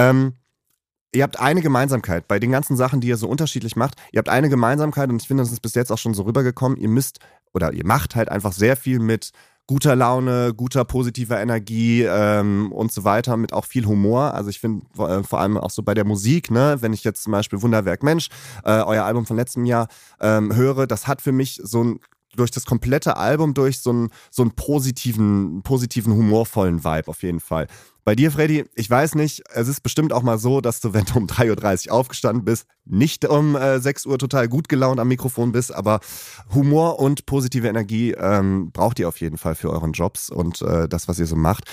Ihr habt eine Gemeinsamkeit bei den ganzen Sachen, die ihr so unterschiedlich macht. Ihr habt eine Gemeinsamkeit und ich finde, das ist bis jetzt auch schon so rübergekommen. Ihr macht halt einfach sehr viel mit guter Laune, guter positiver Energie und so weiter, mit auch viel Humor. Also ich finde vor allem auch so bei der Musik, ne, wenn ich jetzt zum Beispiel Wunderwerk Mensch, euer Album von letztem Jahr höre, das hat für mich durch das komplette Album so einen positiven, humorvollen Vibe auf jeden Fall. Bei dir, Freddy, ich weiß nicht, es ist bestimmt auch mal so, dass du, wenn du um 3.30 Uhr aufgestanden bist, nicht um 6 Uhr total gut gelaunt am Mikrofon bist, aber Humor und positive Energie braucht ihr auf jeden Fall für euren Jobs und das, was ihr so macht.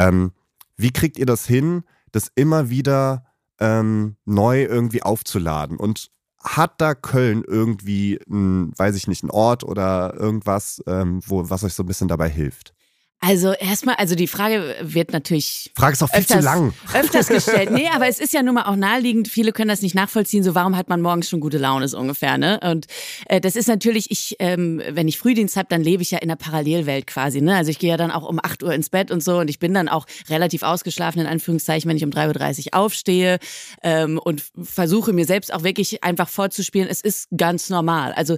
Wie kriegt ihr das hin, das immer wieder neu irgendwie aufzuladen? Und hat da Köln irgendwie, weiß ich nicht, einen Ort oder irgendwas, was euch so ein bisschen dabei hilft? Also die Frage wird natürlich Frage ist auch viel zu lang. Öfters gestellt. Nee, aber es ist ja nun mal auch naheliegend. Viele können das nicht nachvollziehen. So, warum hat man morgens schon gute Laune, so ungefähr, ne? Und das ist natürlich, wenn ich Frühdienst habe, dann lebe ich ja in einer Parallelwelt quasi, ne? Also ich gehe ja dann auch um 8 Uhr ins Bett und so und ich bin dann auch relativ ausgeschlafen, in Anführungszeichen, wenn ich um 3.30 Uhr aufstehe und versuche mir selbst auch wirklich einfach vorzuspielen, es ist ganz normal. Also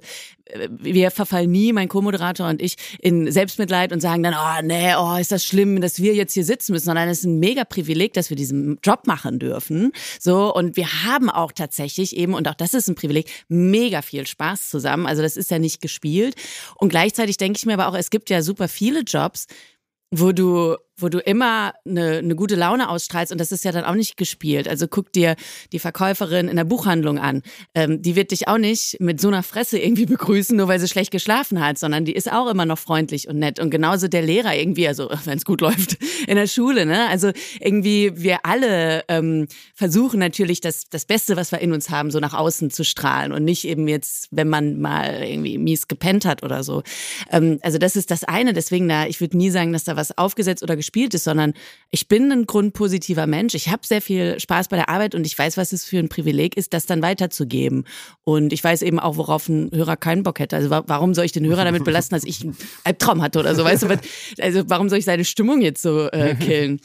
wir verfallen nie, mein Co-Moderator und ich, in Selbstmitleid und sagen dann, ist das schlimm, dass wir jetzt hier sitzen müssen, sondern es ist ein mega Privileg, dass wir diesen Job machen dürfen. So, und wir haben auch tatsächlich eben, und auch das ist ein Privileg, mega viel Spaß zusammen. Also das ist ja nicht gespielt. Und gleichzeitig denke ich mir aber auch, es gibt ja super viele Jobs, wo du immer eine gute Laune ausstrahlst und das ist ja dann auch nicht gespielt. Also guck dir die Verkäuferin in der Buchhandlung an. Die wird dich auch nicht mit so einer Fresse irgendwie begrüßen, nur weil sie schlecht geschlafen hat, sondern die ist auch immer noch freundlich und nett. Und genauso der Lehrer irgendwie, also wenn es gut läuft, in der Schule, ne? Also irgendwie wir alle versuchen natürlich das Beste, was wir in uns haben, so nach außen zu strahlen und nicht eben jetzt, wenn man mal irgendwie mies gepennt hat oder so. Also das ist das eine, deswegen ich würde nie sagen, dass da was aufgesetzt oder gespielt ist, sondern ich bin ein grundpositiver Mensch. Ich habe sehr viel Spaß bei der Arbeit und ich weiß, was es für ein Privileg ist, das dann weiterzugeben. Und ich weiß eben auch, worauf ein Hörer keinen Bock hätte. Also warum soll ich den Hörer damit belasten, dass ich einen Albtraum hatte oder so? Weißt du, also warum soll ich seine Stimmung jetzt so killen?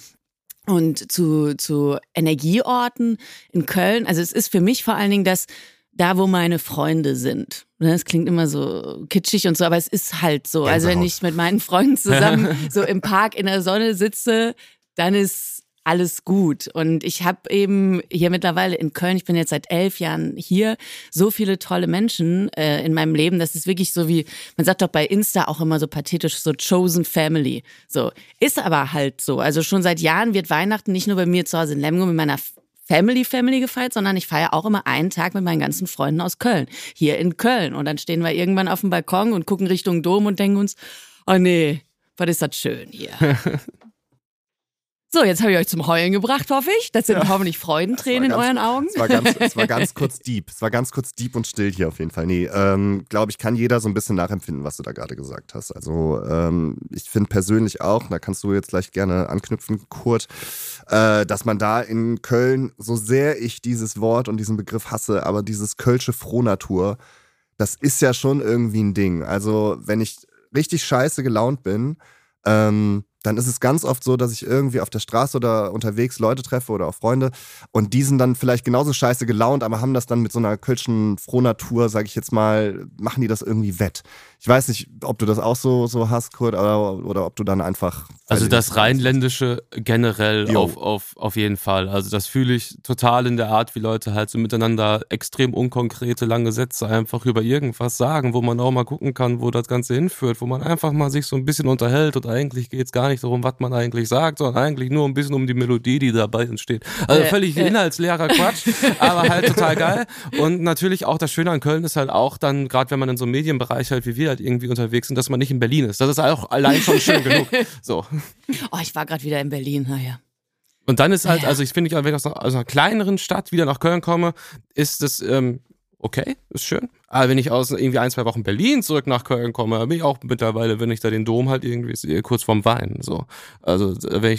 Und zu Energieorten in Köln, also es ist für mich vor allen Dingen da, wo meine Freunde sind. Das klingt immer so kitschig und so, aber es ist halt so. Also wenn ich mit meinen Freunden zusammen so im Park in der Sonne sitze, dann ist alles gut. Und ich habe eben hier mittlerweile in Köln, ich bin jetzt seit 11 Jahren hier, so viele tolle Menschen in meinem Leben. Das ist wirklich so wie, man sagt doch bei Insta auch immer so pathetisch, so Chosen Family. So, ist aber halt so. Also schon seit Jahren wird Weihnachten nicht nur bei mir zu Hause in Lemgo mit meiner Family gefeiert, sondern ich feiere auch immer einen Tag mit meinen ganzen Freunden aus Köln. Hier in Köln. Und dann stehen wir irgendwann auf dem Balkon und gucken Richtung Dom und denken uns, oh nee, was ist das schön hier. So, jetzt habe ich euch zum Heulen gebracht, hoffe ich. Das sind hoffentlich Freudentränen in euren Augen. Es war ganz kurz deep. Es war ganz kurz deep und still hier auf jeden Fall. Nee, glaube ich, kann jeder so ein bisschen nachempfinden, was du da gerade gesagt hast. Also ich finde persönlich auch, da kannst du jetzt gleich gerne anknüpfen, Kurt, dass man da in Köln, so sehr ich dieses Wort und diesen Begriff hasse, aber dieses kölsche Frohnatur, das ist ja schon irgendwie ein Ding. Also wenn ich richtig scheiße gelaunt bin, dann ist es ganz oft so, dass ich irgendwie auf der Straße oder unterwegs Leute treffe oder auch Freunde und die sind dann vielleicht genauso scheiße gelaunt, aber haben das dann mit so einer kölschen Frohnatur, sag ich jetzt mal, machen die das irgendwie wett. Ich weiß nicht, ob du das auch so hast, Kurt, oder ob du dann einfach... Also das Rheinländische generell auf jeden Fall. Also das fühle ich total in der Art, wie Leute halt so miteinander extrem unkonkrete, lange Sätze einfach über irgendwas sagen, wo man auch mal gucken kann, wo das Ganze hinführt, wo man einfach mal sich so ein bisschen unterhält und eigentlich geht's gar nicht darum, was man eigentlich sagt, sondern eigentlich nur ein bisschen um die Melodie, die dabei entsteht. Also völlig inhaltsleerer Quatsch, aber halt total geil. Und natürlich auch das Schöne an Köln ist halt auch dann, gerade wenn man in so einem Medienbereich halt wie wir halt irgendwie unterwegs sind, dass man nicht in Berlin ist. Das ist auch allein schon schön genug. So. Oh, ich war gerade wieder in Berlin, naja. Und dann ist halt, also ich finde, wenn ich aus einer kleineren Stadt wieder nach Köln komme, ist das okay, ist schön. Aber wenn ich aus irgendwie 1-2 Wochen Berlin zurück nach Köln komme, bin ich auch mittlerweile, wenn ich da den Dom halt irgendwie sehe, kurz vorm Weinen. So. Also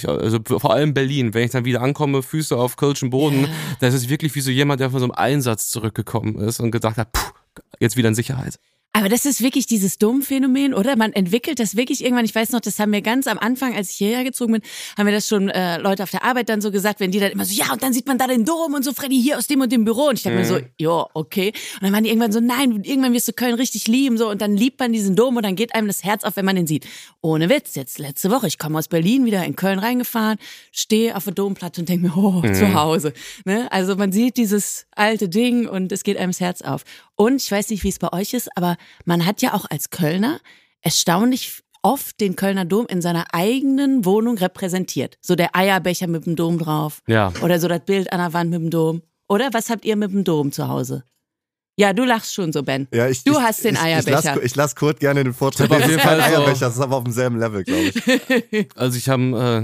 vor allem Berlin, wenn ich dann wieder ankomme, Füße auf kölschem Boden, das ist wirklich wie so jemand, der von so einem Einsatz zurückgekommen ist und gedacht hat, jetzt wieder in Sicherheit. Aber das ist wirklich dieses Dom-Phänomen, oder? Man entwickelt das wirklich irgendwann. Ich weiß noch, das haben wir ganz am Anfang, als ich hierher gezogen bin, haben wir das schon Leute auf der Arbeit dann so gesagt, wenn die dann immer so, ja, und dann sieht man da den Dom und so, Freddy, hier aus dem und dem Büro. Und ich dachte mir so, ja, okay. Und dann waren die irgendwann so, nein, irgendwann wirst du Köln richtig lieben, so. Und dann liebt man diesen Dom und dann geht einem das Herz auf, wenn man den sieht. Ohne Witz, jetzt letzte Woche, ich komme aus Berlin wieder in Köln reingefahren, stehe auf der Domplatte und denke mir, zu Hause. Ne? Also man sieht dieses alte Ding und es geht einem das Herz auf. Und ich weiß nicht, wie es bei euch ist, aber man hat ja auch als Kölner erstaunlich oft den Kölner Dom in seiner eigenen Wohnung repräsentiert. So der Eierbecher mit dem Dom drauf. Ja. Oder so das Bild an der Wand mit dem Dom. Oder was habt ihr mit dem Dom zu Hause? Ja, du lachst schon so, Ben. Ja, du hast den Eierbecher. Ich lass Kurt gerne den Vortrag. Auf jeden Fall Eierbecher, das ist aber auf demselben Level, glaube ich. Also ich habe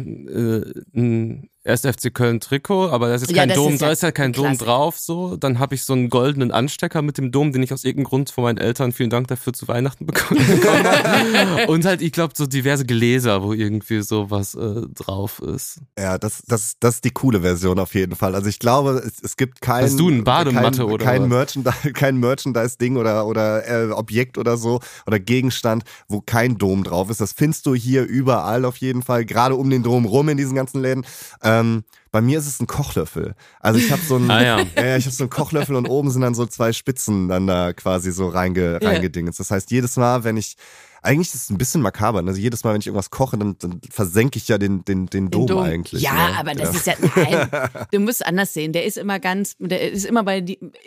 ein 1. FC Köln Trikot, aber da ist jetzt kein Dom, da ist ja kein Dom drauf, so. Dann habe ich so einen goldenen Anstecker mit dem Dom, den ich aus irgendeinem Grund von meinen Eltern, vielen Dank dafür, zu Weihnachten bekommen habe. Und halt, ich glaube, so diverse Gläser, wo irgendwie sowas drauf ist. Ja, das ist die coole Version auf jeden Fall. Also ich glaube, es gibt kein... Hast du eine Badematte oder kein Merchandise-Ding oder Objekt oder so oder Gegenstand, wo kein Dom drauf ist. Das findest du hier überall auf jeden Fall, gerade um den Dom rum in diesen ganzen Läden. Bei mir ist es ein Kochlöffel. Also ich habe so einen, ich habe so einen Kochlöffel und oben sind dann so 2 Spitzen dann da quasi so reingedingt. Das heißt, jedes Mal, wenn ich, eigentlich ist es ein bisschen makaber, also jedes Mal, wenn ich irgendwas koche, dann versenke ich ja den Dom eigentlich. Ja, aber das ist ja, nein, du musst anders sehen. Der ist immer bei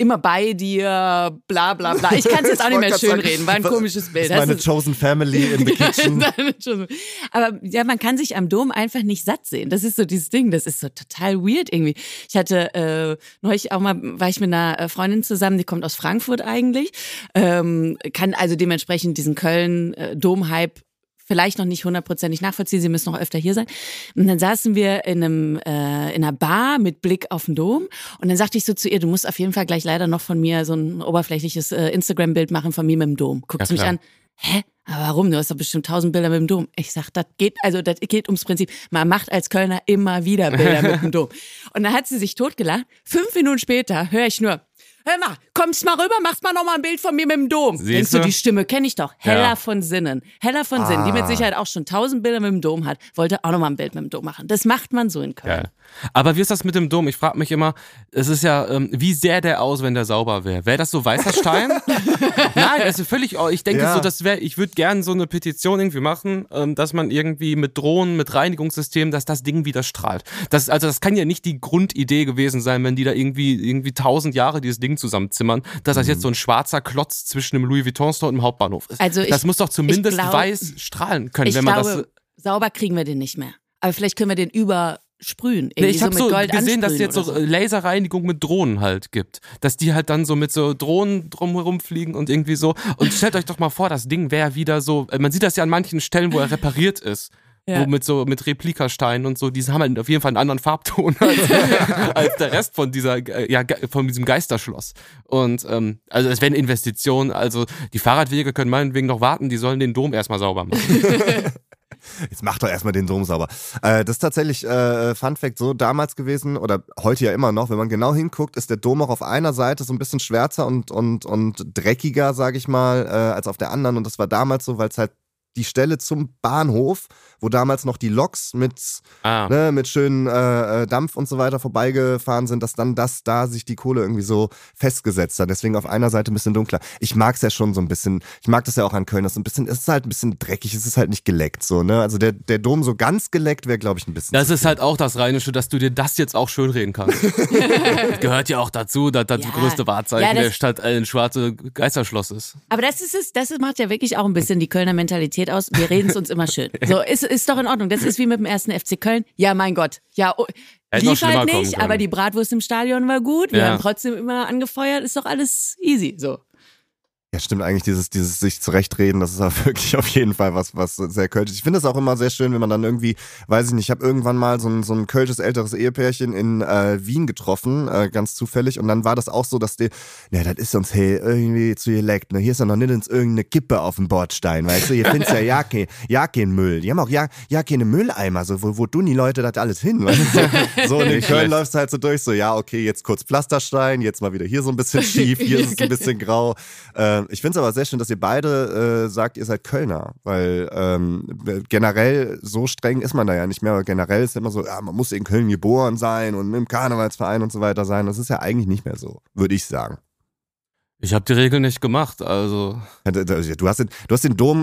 dir, bla bla bla. Ich kann es jetzt auch nicht mehr schön reden, war ein komisches Bild. Das ist meine chosen family in the kitchen. Aber ja, man kann sich am Dom einfach nicht satt sehen. Das ist so dieses Ding, das ist so total weird irgendwie. Ich hatte neulich auch mal, war ich mit einer Freundin zusammen, die kommt aus Frankfurt eigentlich, kann also dementsprechend diesen Köln Dom-Hype vielleicht noch nicht 100% nachvollziehen, sie müssen noch öfter hier sein. Und dann saßen wir in einer Bar mit Blick auf den Dom und dann sagte ich so zu ihr, du musst auf jeden Fall gleich leider noch von mir so ein oberflächliches Instagram-Bild machen von mir mit dem Dom. Guckt sie mich an, hä? Aber warum? Du hast doch bestimmt 1000 Bilder mit dem Dom. Ich sag, das geht ums Prinzip. Man macht als Kölner immer wieder Bilder mit dem Dom. Und dann hat sie sich totgelacht. 5 Minuten später höre ich nur, hör mal, kommst mal rüber, machst mal noch mal ein Bild von mir mit dem Dom. Denkst du, die Stimme kenne ich doch. Hella von Sinnen. Hella von Sinnen, die mit Sicherheit auch schon 1000 Bilder mit dem Dom hat, wollte auch noch mal ein Bild mit dem Dom machen. Das macht man so in Köln. Geil. Aber wie ist das mit dem Dom? Ich frage mich immer, es ist ja, wie sähe der aus, wenn der sauber wäre? Wäre das so weißer Stein? Nein, also völlig, ich denke so, ich würde gerne so eine Petition irgendwie machen, dass man irgendwie mit Drohnen, mit Reinigungssystemen, dass das Ding wieder strahlt. Das kann ja nicht die Grundidee gewesen sein, wenn die da irgendwie 1000 Jahre dieses Ding zusammenzimmern, dass das jetzt so ein schwarzer Klotz zwischen dem Louis Vuitton Store und dem Hauptbahnhof ist. Also das muss doch zumindest weiß strahlen können, wenn man das... Sauber kriegen wir den nicht mehr. Aber vielleicht können wir den übersprühen. Ich habe so gesehen, dass es jetzt so Laserreinigung mit Drohnen halt gibt. Dass die halt dann so mit so Drohnen drumherum fliegen und irgendwie so. Und stellt euch doch mal vor, das Ding wäre wieder so, man sieht das ja an manchen Stellen, wo er repariert ist. Ja. wo mit Replikasteinen und so, die haben halt auf jeden Fall einen anderen Farbton als der Rest von von diesem Geisterschloss. Und also es wäre eine Investition, also die Fahrradwege können meinetwegen noch warten, die sollen den Dom erstmal sauber machen. Jetzt mach doch erstmal den Dom sauber. Das ist tatsächlich Fun Fact so damals gewesen oder heute ja immer noch, wenn man genau hinguckt, ist der Dom auch auf einer Seite so ein bisschen schwärzer und dreckiger, sag ich mal, als auf der anderen. Und das war damals so, weil es halt die Stelle zum Bahnhof, wo damals noch die Loks mit schönen Dampf und so weiter vorbeigefahren sind, dass dann da sich die Kohle irgendwie so festgesetzt hat. Deswegen auf einer Seite ein bisschen dunkler. Ich mag es ja schon so ein bisschen, ich mag das ja auch an Köln, es ist halt ein bisschen dreckig, es ist halt nicht geleckt so, ne? Also der Dom so ganz geleckt wäre, glaube ich, ein bisschen. Das ist halt auch das Rheinische, dass du dir das jetzt auch schönreden kannst. Das gehört ja auch dazu, dass das größte Wahrzeichen der Stadt ein schwarze Geisterschloss ist. Aber das macht ja wirklich auch ein bisschen die Kölner Mentalität aus. Wir reden es uns immer schön. So, ist doch in Ordnung. Das ist wie mit dem 1. FC Köln. Ja, mein Gott. Ja, lief halt nicht, aber die Bratwurst im Stadion war gut. Wir haben trotzdem immer angefeuert. Ist doch alles easy. So. Ja, stimmt eigentlich, dieses sich zurechtreden, das ist auch wirklich auf jeden Fall was sehr kölsch ist. Ich finde es auch immer sehr schön, wenn man dann irgendwie, weiß ich nicht, ich habe irgendwann mal so ein kölsches älteres Ehepärchen in Wien getroffen, ganz zufällig, und dann war das auch so, dass das ist uns irgendwie zu geleckt, ne? Hier ist ja noch nicht irgendeine Kippe auf dem Bordstein, weißt du, hier findest du ja kein Müll. Die haben auch ja keine Mülleimer, so, wo tun die Leute das alles hin, weißt du? So in Köln läuft es halt so durch, so, ja, okay, jetzt kurz Pflasterstein, jetzt mal wieder hier so ein bisschen schief, hier ist es ein bisschen grau. Ich finde es aber sehr schön, dass ihr beide sagt, ihr seid Kölner, weil generell so streng ist man da ja nicht mehr, aber generell ist es immer so, ja, man muss in Köln geboren sein und im Karnevalsverein und so weiter sein. Das ist ja eigentlich nicht mehr so, würde ich sagen. Ich habe die Regel nicht gemacht, also. Du hast den Dom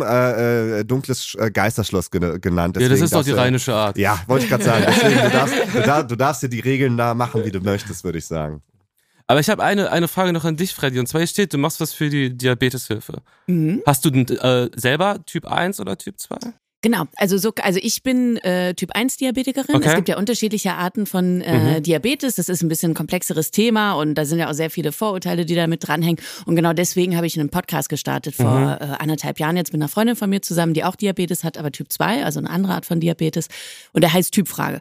dunkles Geisterschloss genannt. Ja, das ist doch die rheinische Art. Ja, wollte ich gerade sagen. Deswegen, du darfst dir die Regeln da machen, wie du möchtest, würde ich sagen. Aber ich habe eine Frage noch an dich, Freddy. Und zwar hier steht, du machst was für die Diabeteshilfe. Mhm. Hast du denn selber Typ 1 oder Typ 2? Genau, also ich bin Typ 1 Diabetikerin. Okay. Es gibt ja unterschiedliche Arten von Diabetes. Das ist ein bisschen ein komplexeres Thema und da sind ja auch sehr viele Vorurteile, die da mit dranhängen. Und genau deswegen habe ich einen Podcast gestartet vor 1,5 Jahren jetzt mit einer Freundin von mir zusammen, die auch Diabetes hat, aber Typ 2, also eine andere Art von Diabetes. Und der heißt Typfrage.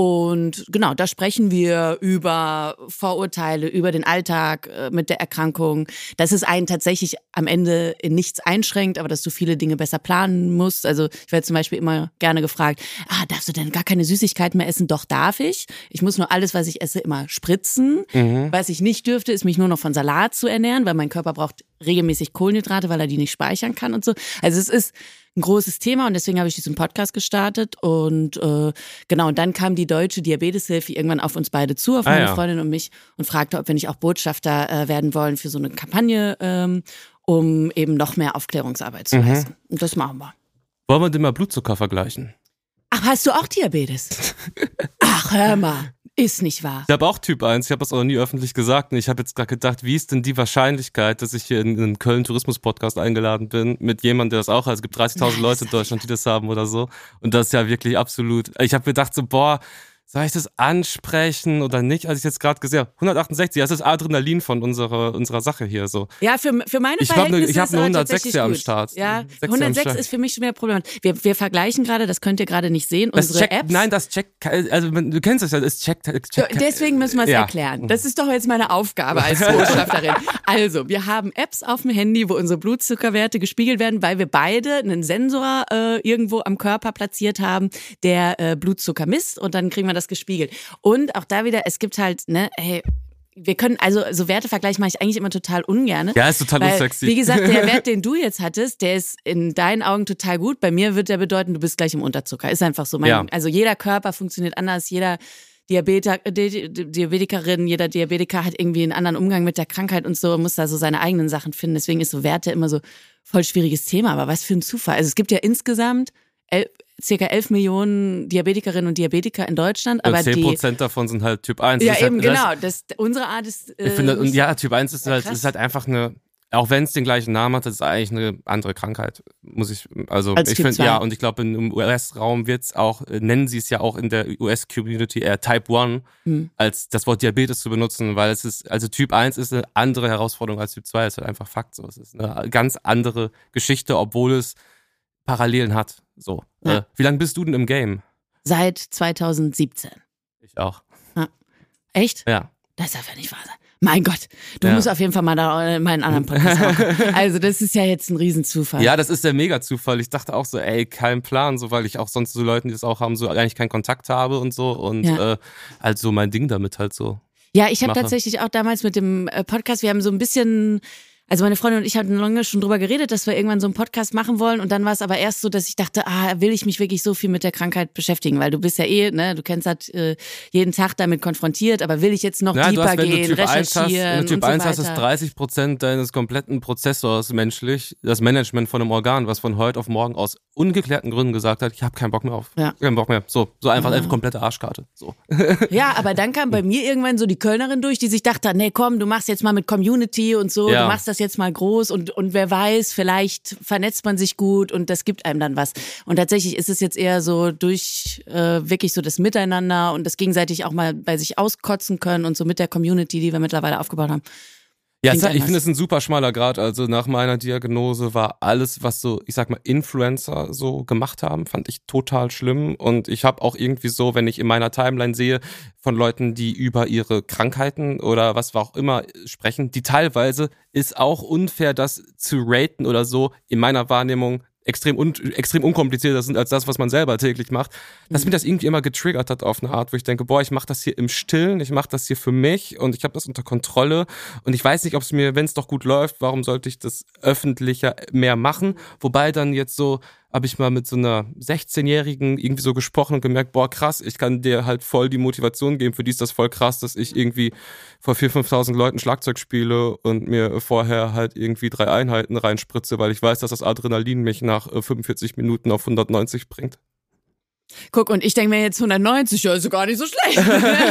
Und genau, da sprechen wir über Vorurteile, über den Alltag mit der Erkrankung, dass es einen tatsächlich am Ende in nichts einschränkt, aber dass du viele Dinge besser planen musst. Also ich werde zum Beispiel immer gerne gefragt, darfst du denn gar keine Süßigkeiten mehr essen? Doch, darf ich. Ich muss nur alles, was ich esse, immer spritzen. Mhm. Was ich nicht dürfte, ist mich nur noch von Salat zu ernähren, weil mein Körper braucht regelmäßig Kohlenhydrate, weil er die nicht speichern kann und so. Also es ist ein großes Thema und deswegen habe ich diesen Podcast gestartet und genau, und dann kam die Deutsche Diabeteshilfe irgendwann auf uns beide zu, auf meine Freundin und mich und fragte, ob wir nicht auch Botschafter werden wollen für so eine Kampagne, um eben noch mehr Aufklärungsarbeit zu leisten. Und das machen wir. Wollen wir denn mal Blutzucker vergleichen? Ach, hast du auch Diabetes? Ach, hör mal, ist nicht wahr. Ich habe auch Typ 1, ich habe das auch nie öffentlich gesagt und ich habe jetzt gerade gedacht, wie ist denn die Wahrscheinlichkeit, dass ich hier in einen Köln-Tourismus-Podcast eingeladen bin mit jemandem, der das auch hat. Es gibt 30.000 Leute in Deutschland, die das haben oder so und das ist ja wirklich absolut, ich habe gedacht so, soll ich das ansprechen oder nicht? Als ich jetzt gerade gesehen habe, 168, das ist Adrenalin von unserer Sache hier so. Ja, für meine Verhältnisse ich habe eine 106 am Start. Ja, 106 ist für mich schon wieder problematisch. Wir vergleichen gerade, das könnt ihr gerade nicht sehen, unsere Apps. Nein, das checkt, also du kennst es ja, das checkt. Deswegen müssen wir es erklären. Das ist doch jetzt meine Aufgabe als Botschafterin. Also, wir haben Apps auf dem Handy, wo unsere Blutzuckerwerte gespiegelt werden, weil wir beide einen Sensor irgendwo am Körper platziert haben, der Blutzucker misst und dann kriegen wir das gespiegelt. Und auch da wieder, es gibt halt, wir können, also so Wertevergleich mache ich eigentlich immer total ungern. Ja, ist total unsexy. Wie gesagt, der Wert, den du jetzt hattest, der ist in deinen Augen total gut. Bei mir wird der bedeuten, du bist gleich im Unterzucker. Ist einfach so. Also jeder Körper funktioniert anders, jeder Diabetikerin, jeder Diabetiker hat irgendwie einen anderen Umgang mit der Krankheit und so, muss da so seine eigenen Sachen finden. Deswegen ist so Werte immer so voll schwieriges Thema. Aber was für ein Zufall. Also es gibt ja insgesamt circa 11 Millionen Diabetikerinnen und Diabetiker in Deutschland. Aber 10% davon sind halt Typ 1. Ja, das eben, genau. Unsere Art ist... ich finde, und ja, Typ 1 ist halt einfach eine... Auch wenn es den gleichen Namen hat, das ist eigentlich eine andere Krankheit, ich finde, ja, und ich glaube, im US-Raum wird's auch, nennen sie es ja auch in der US-Community eher Type 1, als das Wort Diabetes zu benutzen, weil also Typ 1 ist eine andere Herausforderung als Typ 2, das ist halt einfach Fakt so. Es ist eine ganz andere Geschichte, obwohl es Parallelen hat. So. Ja. Wie lange bist du denn im Game? Seit 2017. Ich auch. Ja. Echt? Ja. Das darf ja nicht wahr sein. Mein Gott, du musst auf jeden Fall mal da in meinen anderen Podcast auch. Also das ist ja jetzt ein Riesenzufall. Ja, das ist der Mega-Zufall. Ich dachte auch so, kein Plan, so, weil ich auch sonst so Leuten, die das auch haben, so eigentlich keinen Kontakt habe und so und halt so mein Ding damit halt so. Ja, ich habe tatsächlich auch damals mit dem Podcast, wir haben so ein bisschen, also meine Freundin und ich hatten lange schon drüber geredet, dass wir irgendwann so einen Podcast machen wollen und dann war es aber erst so, dass ich dachte, will ich mich wirklich so viel mit der Krankheit beschäftigen, weil du bist ja ne, du kennst halt jeden Tag damit konfrontiert, aber will ich jetzt noch deeper gehen, recherchieren und so weiter. Wenn du Typ 1 hast, ist 30% deines kompletten Prozessors menschlich, das Management von einem Organ, was von heute auf morgen aus ungeklärten Gründen gesagt hat, ich habe keinen Bock mehr auf, keinen Bock mehr. So einfach komplette Arschkarte. So. Ja, aber dann kam bei mir irgendwann so die Kölnerin durch, die sich dachte, nee komm, du machst jetzt mal mit Community und so, du machst das jetzt mal groß und wer weiß, vielleicht vernetzt man sich gut und das gibt einem dann was. Und tatsächlich ist es jetzt eher so durch wirklich so das Miteinander und das gegenseitig auch mal bei sich auskotzen können und so mit der Community, die wir mittlerweile aufgebaut haben. Ja, ich finde es ein super schmaler Grad. Also nach meiner Diagnose war alles, was so, ich sag mal, Influencer so gemacht haben, fand ich total schlimm. Und ich habe auch irgendwie so, wenn ich in meiner Timeline sehe, von Leuten, die über ihre Krankheiten oder was auch immer sprechen, die teilweise ist auch unfair, das zu raten oder so, in meiner Wahrnehmung extrem unkomplizierter sind als das, was man selber täglich macht, dass mir das irgendwie immer getriggert hat auf eine Art, wo ich denke, ich mache das hier im Stillen, ich mache das hier für mich und ich habe das unter Kontrolle und ich weiß nicht, ob es mir, wenn es doch gut läuft, warum sollte ich das öffentlicher mehr machen? Wobei dann jetzt so, habe ich mal mit so einer 16-Jährigen irgendwie so gesprochen und gemerkt, krass, ich kann dir halt voll die Motivation geben, für die ist das voll krass, dass ich irgendwie vor 4.000, 5.000 Leuten Schlagzeug spiele und mir vorher halt irgendwie 3 Einheiten reinspritze, weil ich weiß, dass das Adrenalin mich nach 45 Minuten auf 190 bringt. Guck, und ich denke mir jetzt 190, ja, ist so gar nicht so schlecht.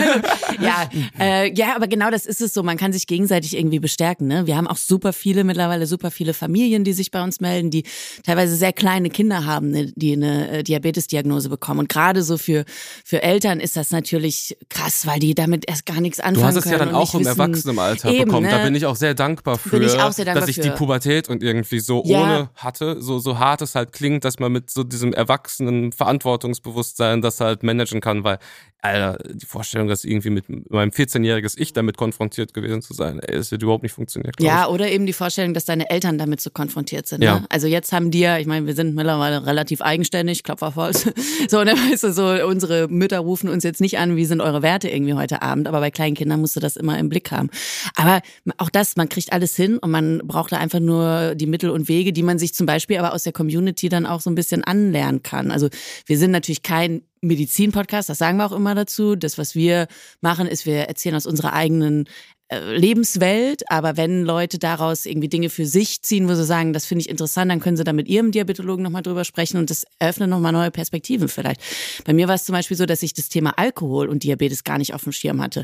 Ja, aber genau das ist es so. Man kann sich gegenseitig irgendwie bestärken. Ne? Wir haben auch mittlerweile super viele Familien, die sich bei uns melden, die teilweise sehr kleine Kinder haben, ne, die eine Diabetesdiagnose bekommen. Und gerade so für Eltern ist das natürlich krass, weil die damit erst gar nichts anfangen können. Du hast es ja dann auch im Erwachsenenalter bekommen. Ne? Da bin ich auch sehr dankbar für, dass ich die Pubertät und irgendwie so ohne hatte. So hart es halt klingt, dass man mit so diesem erwachsenen Verantwortungsbewusstsein das halt managen kann, weil, Alter, die Vorstellung, dass irgendwie mit meinem 14-jähriges Ich damit konfrontiert gewesen zu sein, das wird überhaupt nicht funktioniert. Ja, oder eben die Vorstellung, dass deine Eltern damit so konfrontiert sind. Ja. Ne? Also jetzt haben ich meine, wir sind mittlerweile relativ eigenständig, Klopfer auf Holz. So, ne, weißt du, so, unsere Mütter rufen uns jetzt nicht an, wie sind eure Werte irgendwie heute Abend, aber bei kleinen Kindern musst du das immer im Blick haben. Aber auch man kriegt alles hin und man braucht da einfach nur die Mittel und Wege, die man sich zum Beispiel aber aus der Community dann auch so ein bisschen anlernen kann. Also wir sind natürlich kein Medizin-Podcast, das sagen wir auch immer dazu. Das, was wir machen, ist, wir erzählen aus unserer eigenen Lebenswelt, aber wenn Leute daraus irgendwie Dinge für sich ziehen, wo sie sagen, das finde ich interessant, dann können sie da mit ihrem Diabetologen nochmal drüber sprechen und das eröffnet nochmal neue Perspektiven vielleicht. Bei mir war es zum Beispiel so, dass ich das Thema Alkohol und Diabetes gar nicht auf dem Schirm hatte.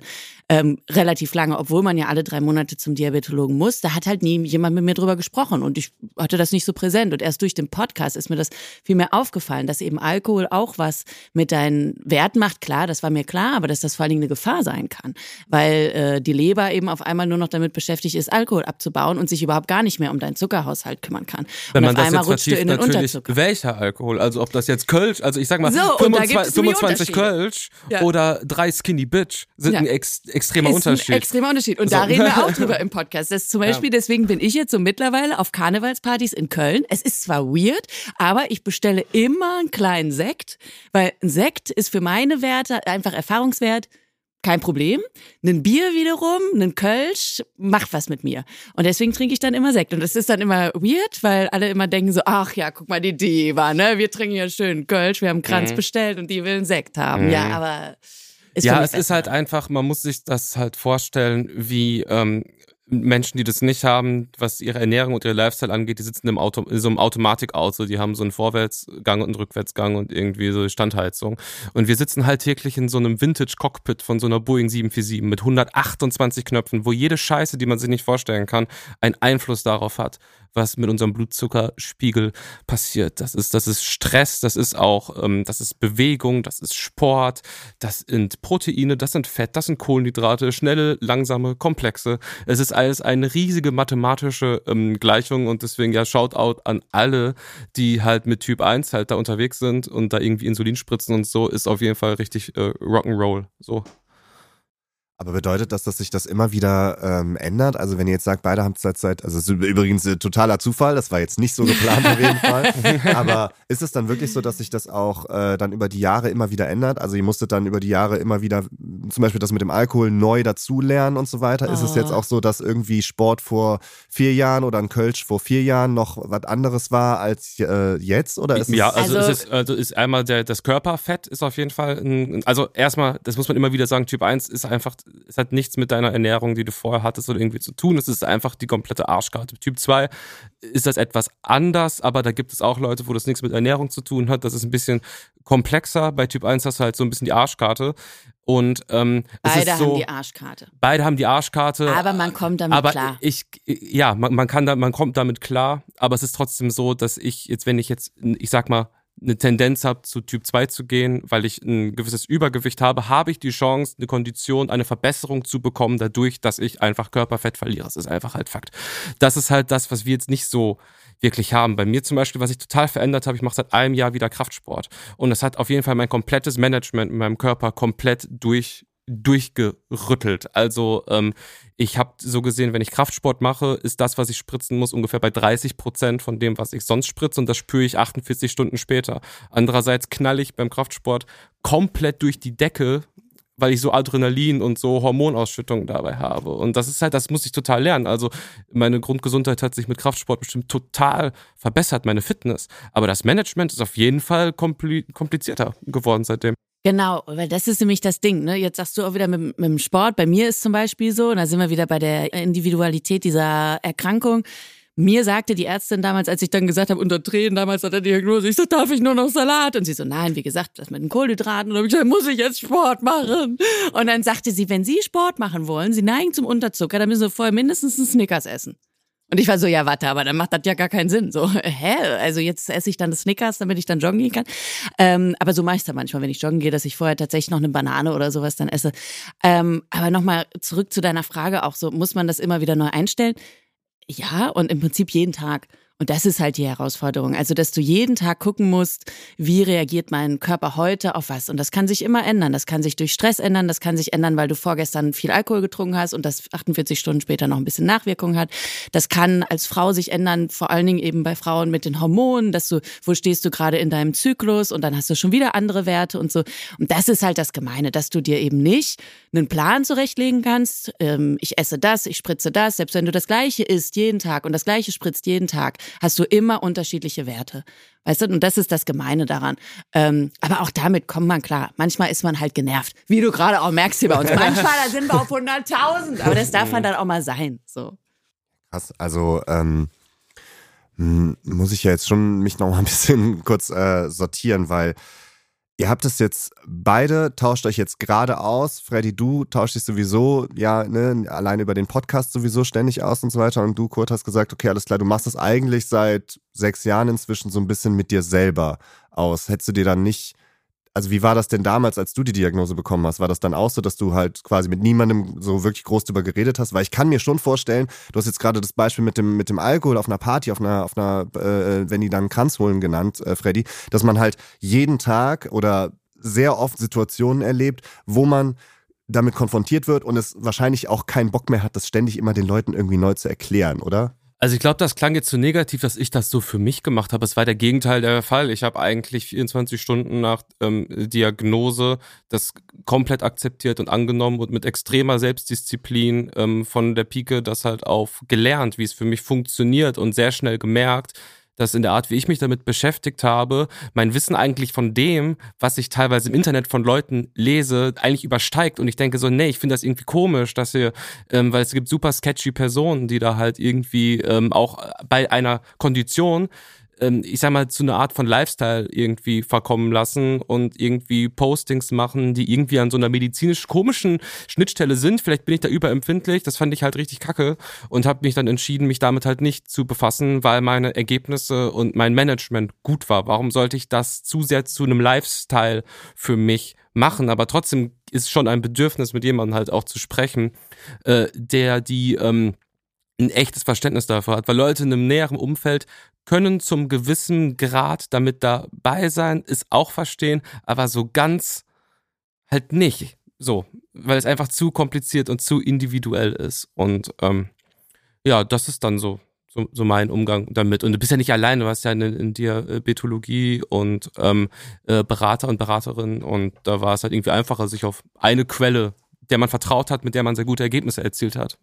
Relativ lange, obwohl man ja alle 3 Monate zum Diabetologen muss, da hat halt nie jemand mit mir drüber gesprochen und ich hatte das nicht so präsent und erst durch den Podcast ist mir das viel mehr aufgefallen, dass eben Alkohol auch was mit deinen Werten macht. Klar, das war mir klar, aber dass das vor allen Dingen eine Gefahr sein kann, weil die Leber eben auf einmal nur noch damit beschäftigt ist, Alkohol abzubauen und sich überhaupt gar nicht mehr um deinen Zuckerhaushalt kümmern kann. Wenn und man auf das einmal jetzt rutscht du in den Unterzucker. Welcher Alkohol? Also ob das jetzt Kölsch, also ich sag mal so, 25 Kölsch oder 3 Skinny Bitch sind ein extremer Unterschied. Ein extremer Unterschied. Und da reden wir auch drüber im Podcast. Das ist zum Beispiel, deswegen bin ich jetzt so mittlerweile auf Karnevalspartys in Köln. Es ist zwar weird, aber ich bestelle immer einen kleinen Sekt, weil ein Sekt ist für meine Werte einfach erfahrungswert. Kein Problem. Ein Bier wiederum, ein Kölsch, macht was mit mir. Und deswegen trinke ich dann immer Sekt. Und das ist dann immer weird, weil alle immer denken so, ach ja, guck mal, die Diva, ne? Wir trinken ja schön Kölsch, wir haben einen Kranz bestellt und die will einen Sekt haben. Ja, aber es ist halt einfach, man muss sich das halt vorstellen, wie Menschen, die das nicht haben, was ihre Ernährung und ihre Lifestyle angeht, die sitzen in so einem Automatikauto, die haben so einen Vorwärtsgang und einen Rückwärtsgang und irgendwie so Standheizung. Und wir sitzen halt täglich in so einem Vintage-Cockpit von so einer Boeing 747 mit 128 Knöpfen, wo jede Scheiße, die man sich nicht vorstellen kann, einen Einfluss darauf hat, was mit unserem Blutzuckerspiegel passiert. Das ist Stress, das ist Bewegung, das ist Sport, das sind Proteine, das sind Fett, das sind Kohlenhydrate, schnelle, langsame, komplexe. Es ist alles eine riesige mathematische Gleichung und deswegen ja Shoutout an alle, die halt mit Typ 1 halt da unterwegs sind und da irgendwie Insulin spritzen und so, ist auf jeden Fall richtig Rock'n'Roll, so. Aber bedeutet das, dass sich das immer wieder ändert? Also wenn ihr jetzt sagt, beide haben es seit, also es ist übrigens totaler Zufall, das war jetzt nicht so geplant auf jeden Fall, aber ist es dann wirklich so, dass sich das auch dann über die Jahre immer wieder ändert? Also ihr musstet dann über die Jahre immer wieder, zum Beispiel das mit dem Alkohol neu dazulernen und so weiter. Ist es jetzt auch so, dass irgendwie Sport vor 4 Jahren oder ein Kölsch vor 4 Jahren noch was anderes war als jetzt? Oder ist ja, es also ist einmal das Körperfett ist auf jeden Fall, also erstmal, das muss man immer wieder sagen, Typ 1 ist einfach, es hat nichts mit deiner Ernährung, die du vorher hattest oder irgendwie zu tun. Es ist einfach die komplette Arschkarte. Typ 2 ist das etwas anders, aber da gibt es auch Leute, wo das nichts mit Ernährung zu tun hat. Das ist ein bisschen komplexer. Bei Typ 1 hast du halt so ein bisschen die Arschkarte. Und beide haben die Arschkarte. Beide haben die Arschkarte. Aber man kommt damit klar. Man kommt damit klar, aber es ist trotzdem so, dass ich sag mal, eine Tendenz habe, zu Typ 2 zu gehen, weil ich ein gewisses Übergewicht habe ich die Chance, eine Kondition, eine Verbesserung zu bekommen, dadurch, dass ich einfach Körperfett verliere. Das ist einfach halt Fakt. Das ist halt das, was wir jetzt nicht so wirklich haben. Bei mir zum Beispiel, was ich total verändert habe, ich mache seit einem Jahr wieder Kraftsport. Und das hat auf jeden Fall mein komplettes Management in meinem Körper komplett durchgerüttelt. Also ich habe so gesehen, wenn ich Kraftsport mache, ist das, was ich spritzen muss, ungefähr bei 30% von dem, was ich sonst spritze und das spüre ich 48 Stunden später. Andererseits knalle ich beim Kraftsport komplett durch die Decke, weil ich so Adrenalin und so Hormonausschüttung dabei habe. Und das ist halt, das muss ich total lernen. Also meine Grundgesundheit hat sich mit Kraftsport bestimmt total verbessert, meine Fitness. Aber das Management ist auf jeden Fall komplizierter geworden seitdem. Genau, weil das ist nämlich das Ding, ne? Jetzt sagst du auch wieder mit dem Sport. Bei mir ist zum Beispiel so, und da sind wir wieder bei der Individualität dieser Erkrankung. Mir sagte die Ärztin damals, als ich dann gesagt habe, unter Tränen damals hat er Diagnose, ich so, darf ich nur noch Salat? Und sie so, nein, wie gesagt, das mit den Kohlenhydraten. Und dann habe ich gesagt, muss ich jetzt Sport machen? Und dann sagte sie, wenn Sie Sport machen wollen, Sie neigen zum Unterzucker, dann müssen Sie vorher mindestens einen Snickers essen. Und ich war so, ja, warte, aber dann macht das ja gar keinen Sinn. So, Also jetzt esse ich dann das Snickers, damit ich dann joggen gehen kann. Aber so mache ich es dann manchmal, wenn ich joggen gehe, dass ich vorher tatsächlich noch eine Banane oder sowas dann esse. Aber nochmal zurück zu deiner Frage auch so, muss man das immer wieder neu einstellen? Ja, und im Prinzip jeden Tag. Und das ist halt die Herausforderung. Also, dass du jeden Tag gucken musst, wie reagiert mein Körper heute auf was. Und das kann sich immer ändern. Das kann sich durch Stress ändern. Das kann sich ändern, weil du vorgestern viel Alkohol getrunken hast und das 48 Stunden später noch ein bisschen Nachwirkung hat. Das kann als Frau sich ändern, vor allen Dingen eben bei Frauen mit den Hormonen, dass du, wo stehst du gerade in deinem Zyklus und dann hast du schon wieder andere Werte und so. Und das ist halt das Gemeine, dass du dir eben nicht einen Plan zurechtlegen kannst. Ich esse das, ich spritze das. Selbst wenn du das Gleiche isst jeden Tag und das Gleiche spritzt jeden Tag, hast du immer unterschiedliche Werte. Weißt du, und das ist das Gemeine daran. Aber auch damit kommt man klar. Manchmal ist man halt genervt. Wie du gerade auch merkst hier bei uns. Manchmal, da sind wir auf 100.000. Aber das darf man dann auch mal sein. So. Krass, also muss ich ja jetzt schon mich noch mal ein bisschen kurz sortieren, weil ihr habt es jetzt beide, tauscht euch jetzt gerade aus. Freddy, du tauschst dich sowieso, ja, ne, alleine über den Podcast sowieso ständig aus und so weiter. Und du, Kurt, hast gesagt, okay, alles klar, du machst das eigentlich seit 6 Jahren inzwischen so ein bisschen mit dir selber aus. Hättest du dir dann nicht, also wie war das denn damals, als du die Diagnose bekommen hast? War das dann auch so, dass du halt quasi mit niemandem so wirklich groß drüber geredet hast? Weil ich kann mir schon vorstellen, du hast jetzt gerade das Beispiel mit dem Alkohol auf einer Party, auf einer wenn die dann einen Kranz holen genannt, Freddy, dass man halt jeden Tag oder sehr oft Situationen erlebt, wo man damit konfrontiert wird und es wahrscheinlich auch keinen Bock mehr hat, das ständig immer den Leuten irgendwie neu zu erklären, oder? Also ich glaube, das klang jetzt so negativ, dass ich das so für mich gemacht habe. Es war der Gegenteil der Fall. Ich habe eigentlich 24 Stunden nach Diagnose das komplett akzeptiert und angenommen und mit extremer Selbstdisziplin von der Pike das halt auf gelernt, wie es für mich funktioniert und sehr schnell gemerkt, dass in der Art, wie ich mich damit beschäftigt habe, mein Wissen eigentlich von dem, was ich teilweise im Internet von Leuten lese, eigentlich übersteigt. Und ich denke so, nee, ich finde das irgendwie komisch, dass weil es gibt super sketchy Personen, die da halt irgendwie auch bei einer Kondition ich sag mal, zu einer Art von Lifestyle irgendwie verkommen lassen und irgendwie Postings machen, die irgendwie an so einer medizinisch komischen Schnittstelle sind. Vielleicht bin ich da überempfindlich, das fand ich halt richtig kacke und habe mich dann entschieden, mich damit halt nicht zu befassen, weil meine Ergebnisse und mein Management gut war. Warum sollte ich das zu sehr zu einem Lifestyle für mich machen? Aber trotzdem ist schon ein Bedürfnis, mit jemandem halt auch zu sprechen, der ein echtes Verständnis dafür hat, weil Leute in einem näheren Umfeld können zum gewissen Grad damit dabei sein, es auch verstehen, aber so ganz halt nicht. So, weil es einfach zu kompliziert und zu individuell ist. Und das ist dann so mein Umgang damit. Und du bist ja nicht alleine, du hast ja in Diabetologie und Berater und Beraterinnen und da war es halt irgendwie einfacher, sich auf eine Quelle, der man vertraut hat, mit der man sehr gute Ergebnisse erzielt hat,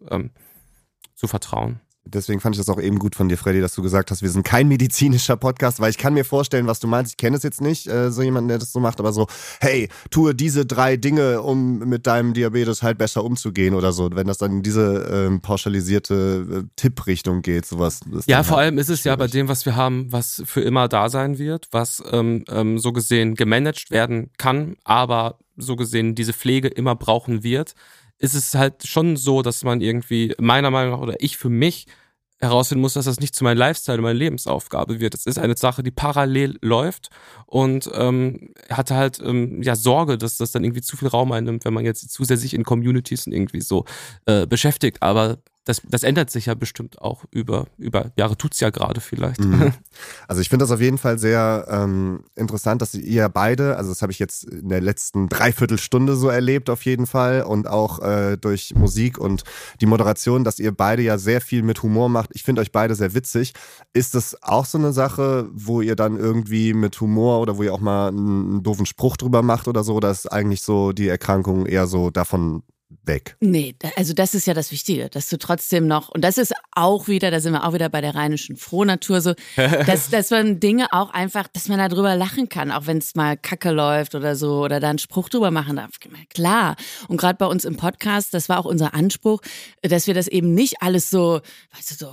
zu vertrauen. Deswegen fand ich das auch eben gut von dir, Freddy, dass du gesagt hast, wir sind kein medizinischer Podcast, weil ich kann mir vorstellen, was du meinst. Ich kenne es jetzt nicht, so jemanden, der das so macht, aber so, hey, tue diese 3 Dinge, um mit deinem Diabetes halt besser umzugehen oder so. Wenn das dann in diese pauschalisierte Tipprichtung geht, sowas. Ja, vor allem ist es ja bei dem, was wir haben, was für immer da sein wird, was so gesehen gemanagt werden kann, aber so gesehen diese Pflege immer brauchen wird, ist es halt schon so, dass man irgendwie, meiner Meinung nach, oder ich für mich herausfinden muss, dass das nicht zu meinem Lifestyle und meiner Lebensaufgabe wird. Es ist eine Sache, die parallel läuft und hatte halt Sorge, dass das dann irgendwie zu viel Raum einnimmt, wenn man jetzt zu sehr sich in Communities irgendwie so beschäftigt. Aber das ändert sich ja bestimmt auch über Jahre, tut's ja gerade vielleicht. Mhm. Also ich finde das auf jeden Fall sehr interessant, dass ihr beide, also das habe ich jetzt in der letzten Dreiviertelstunde so erlebt auf jeden Fall und auch durch Musik und die Moderation, dass ihr beide ja sehr viel mit Humor macht. Ich finde euch beide sehr witzig. Ist das auch so eine Sache, wo ihr dann irgendwie mit Humor oder wo ihr auch mal einen doofen Spruch drüber macht oder so, oder ist eigentlich so die Erkrankung eher so davon weg? Nee, also das ist ja das Wichtige, dass du trotzdem noch, und das ist auch wieder, da sind wir auch wieder bei der rheinischen Frohnatur so, dass man Dinge auch einfach, dass man da drüber lachen kann, auch wenn es mal Kacke läuft oder so, oder da einen Spruch drüber machen darf. Klar. Und gerade bei uns im Podcast, das war auch unser Anspruch, dass wir das eben nicht alles so, weißt du, so